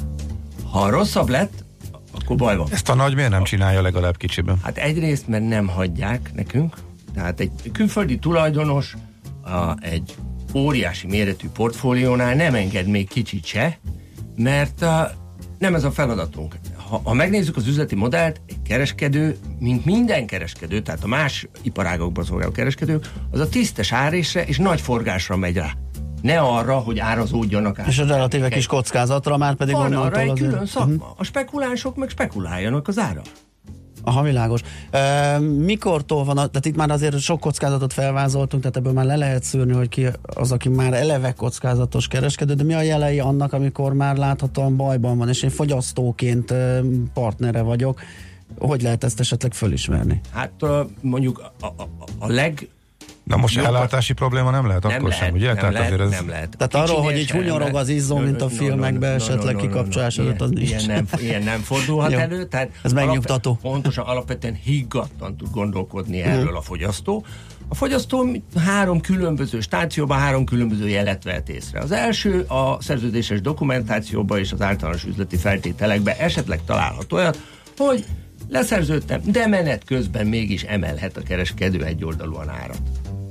Ha rosszabb lett, akkor baj van. Ezt a nagy miért nem csinálja legalább kicsiben? Hát egyrészt, mert nem hagyják nekünk. Tehát egy külföldi tulajdonos a, egy óriási méretű portfóliónál nem enged még kicsit se, mert uh, nem ez a feladatunk. Ha, ha megnézzük az üzleti modellt, egy kereskedő, mint minden kereskedő, tehát a más iparágokban szolgáló kereskedő, az a tisztes árésre és nagy forgásra megy rá. Ne arra, hogy árazódjanak át. És a relatíve kis kockázatra már pedig van onnantól arra egy azért... külön szakma. Uh-huh. A spekulánsok meg spekuláljanak az ára. Aha, világos. E, mikortól van, a, tehát itt már azért sok kockázatot felvázoltunk, tehát ebből már le lehet szűrni, hogy ki az, aki már eleve kockázatos kereskedő, de mi a jelei annak, amikor már láthatóan bajban van, és én fogyasztóként partnere vagyok, hogy lehet ezt esetleg fölismerni? Hát mondjuk a, a, a leg... Na most Jobban. ellátási probléma nem lehet nem akkor lehet, sem, ugye? Nem Tehát lehet, azért ez... nem lehet. Tehát arról, hogy így hunyorog az izzó, no, mint a no, filmekben, no, no, esetleg no, no, kikapcsolás no, no, előtt az nincs. Ilyen nem, ilyen nem fordulhat elő. Tehát ez megnyugtató. Pontosan, alapvetően higgadtan tud gondolkodni erről uh-huh. a fogyasztó. A fogyasztó három különböző stációban három különböző jelet vett észre. Az első a szerződéses dokumentációban és az általános üzleti feltételekben esetleg találhat olyat, hogy leszerződtem, de menet közben mégis emelhet a kereskedő egyoldalúan árat.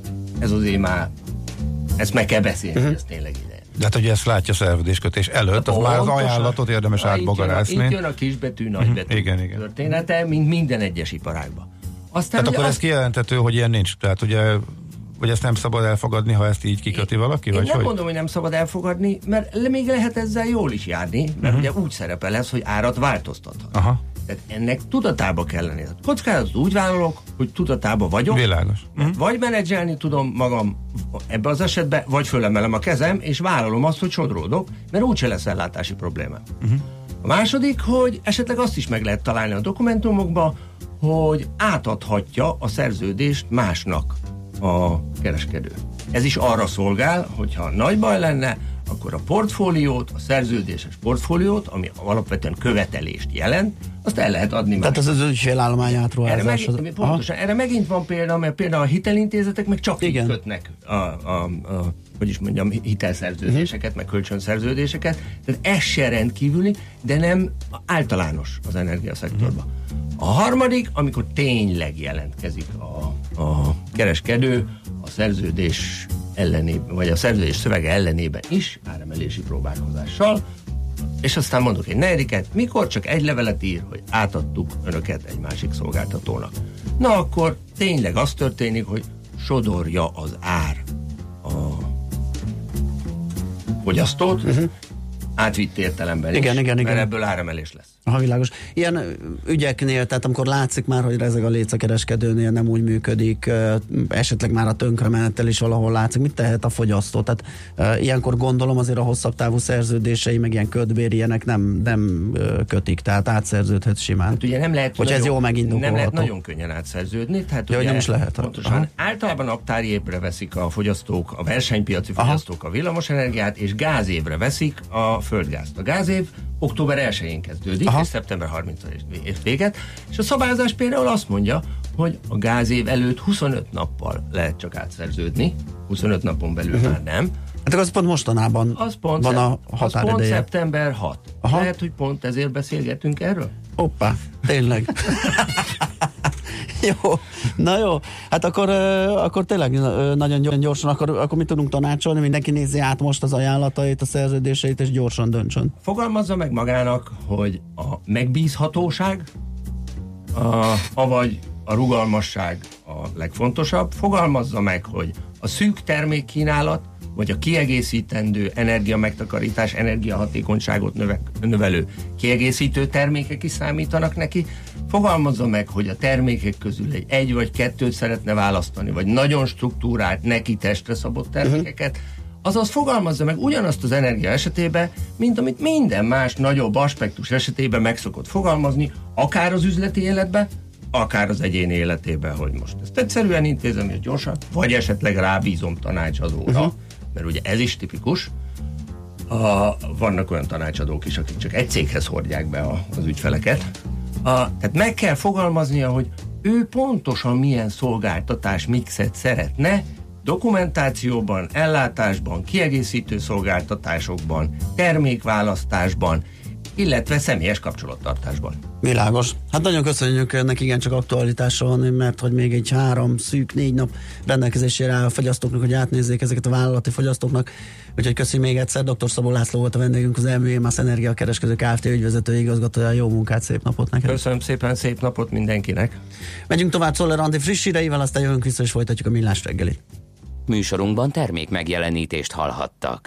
Ez azért már, ezt meg kell beszélni, uh-huh. ez tényleg ide. De hát ugye ezt látja szerződéskötés előtt, az már az ajánlatot érdemes átbogarászni. Itt jön a kisbetű, nagybetű uh-huh. igen, igen. története, mint minden egyes iparágban. Aztán tehát akkor az... ez kijelentető, hogy ilyen nincs. Tehát ugye, hogy ezt nem szabad elfogadni, ha ezt így kiköti én, valaki? Én vagy nem hogy? mondom, hogy nem szabad elfogadni, mert még lehet ezzel jól is járni, mert uh-huh. ugye úgy szerepel ez, hogy árat változtathat. Aha. Tehát ennek tudatába kell lenni. Kockázatot úgy vállalok, hogy tudatába vagyok. Világos. Uh-huh. Vagy menedzselni tudom magam ebbe az esetben, vagy fölemelem a kezem, és vállalom azt, hogy sodródok, mert úgyse lesz ellátási problémám. Uh-huh. A második, hogy esetleg azt is meg lehet találni a dokumentumokba, hogy átadhatja a szerződést másnak a kereskedő. Ez is arra szolgál, hogyha nagy baj lenne, akkor a portfóliót, a szerződéses portfóliót, ami alapvetően követelést jelent, azt el lehet adni már. Tehát ez az ügyfélállomány átruházás. Erre, meg, pontosan, erre megint van példa, mert például a hitelintézetek meg csak így kötnek a, a, a, hogy is mondjam, hitelszerződéseket, uh-huh. meg kölcsönszerződéseket, tehát ez se rendkívüli, de nem általános az energiaszektorban. Uh-huh. A harmadik, amikor tényleg jelentkezik a, a kereskedő a szerződés ellenében, vagy a szerződés szövege ellenében is áremelési próbálkozással, és aztán mondok egy negyediket, mikor csak egy levelet ír, hogy átadtuk önöket egy másik szolgáltatónak. Na akkor tényleg az történik, hogy sodorja az ár a fogyasztót, uh-huh. átvitt értelemben igen, is, igen, mert igen. ebből áremelés lesz. Ha világos. Ilyen ügyeknél, tehát amikor látszik már, hogy rezeg a léc a kereskedőnél, nem úgy működik, esetleg már a tönkremenettel is valahol látszik, mit tehet a fogyasztó? Tehát e, ilyenkor gondolom azért a hosszabb távú szerződései, meg ilyen kötbér, ilyenek nem, nem kötik, tehát átszerződhet simán. Hát ugye nem lehet, hogy nagyon, ez jó megindokolható. Nem lehet nagyon könnyen átszerződni. Tehát ja, ugye nem is lehet. Pontosan. Aha. Általában naptári évre veszik a fogyasztók, a versenypiaci fogyasztók Aha. a villamosenergiát, és gázévre veszik a földgázt. A gázév október elsején kezdődik, Aha. és szeptember harmincadikán ér véget, és a szabályozás például azt mondja, hogy a gázév előtt huszonöt nappal lehet csak átszerződni, huszonöt napon belül uh-huh. már nem. Hát az pont mostanában az pont van a határideje. Az pont szeptember hatodika. Aha. Lehet, hogy pont ezért beszélgetünk erről? Hoppá, tényleg. Jó, na jó, hát akkor, akkor tényleg nagyon gyorsan, akkor, akkor mit tudunk tanácsolni, mindenki nézze át most az ajánlatait, a szerződéseit, és gyorsan döntsön. Fogalmazza meg magának, hogy a megbízhatóság, a, avagy a rugalmasság a legfontosabb. Fogalmazza meg, hogy a szűk termékkínálat, vagy a kiegészítendő energiamegtakarítás, energiahatékonyságot növe, növelő kiegészítő termékek is számítanak neki. Fogalmazza meg, hogy a termékek közül egy, egy vagy kettőt szeretne választani, vagy nagyon struktúrált, neki testre szabott termékeket. Azaz fogalmazza meg ugyanazt az energia esetében, mint amit minden más nagyobb aspektus esetében meg szokott fogalmazni, akár az üzleti életben, akár az egyéni életében, hogy most ezt egyszerűen intézem és gyorsan, vagy esetleg rábízom tanácsadóra, uh-huh. mert ugye ez is tipikus. A, vannak olyan tanácsadók is, akik csak egy céghez hordják be a, az ügyfeleket. A, tehát meg kell fogalmaznia, hogy ő pontosan milyen szolgáltatás mixet szeretne, dokumentációban, ellátásban, kiegészítő szolgáltatásokban, termékválasztásban, illetve személyes kapcsolattartásban. Világos. Hát nagyon köszönjük önnek, igen, csak aktualitása van, mert hogy még egy három, szűk, négy nap rendelkezésére áll a fogyasztóknak, hogy átnézzék ezeket a vállalati fogyasztóknak. Úgyhogy köszönjük még egyszer. dr. Szabó László volt a vendégünk, az em vé em á Energia Kereskedő Kft. Ügyvezető igazgatója. Jó munkát, szép napot neked. Köszönöm szépen, szép napot mindenkinek. Megyünk tovább Czoller Andi friss híreivel, aztán jövünk vissza és folytatjuk a Millás reggelit. Műsorunkban termék megjelenítést hallhattak.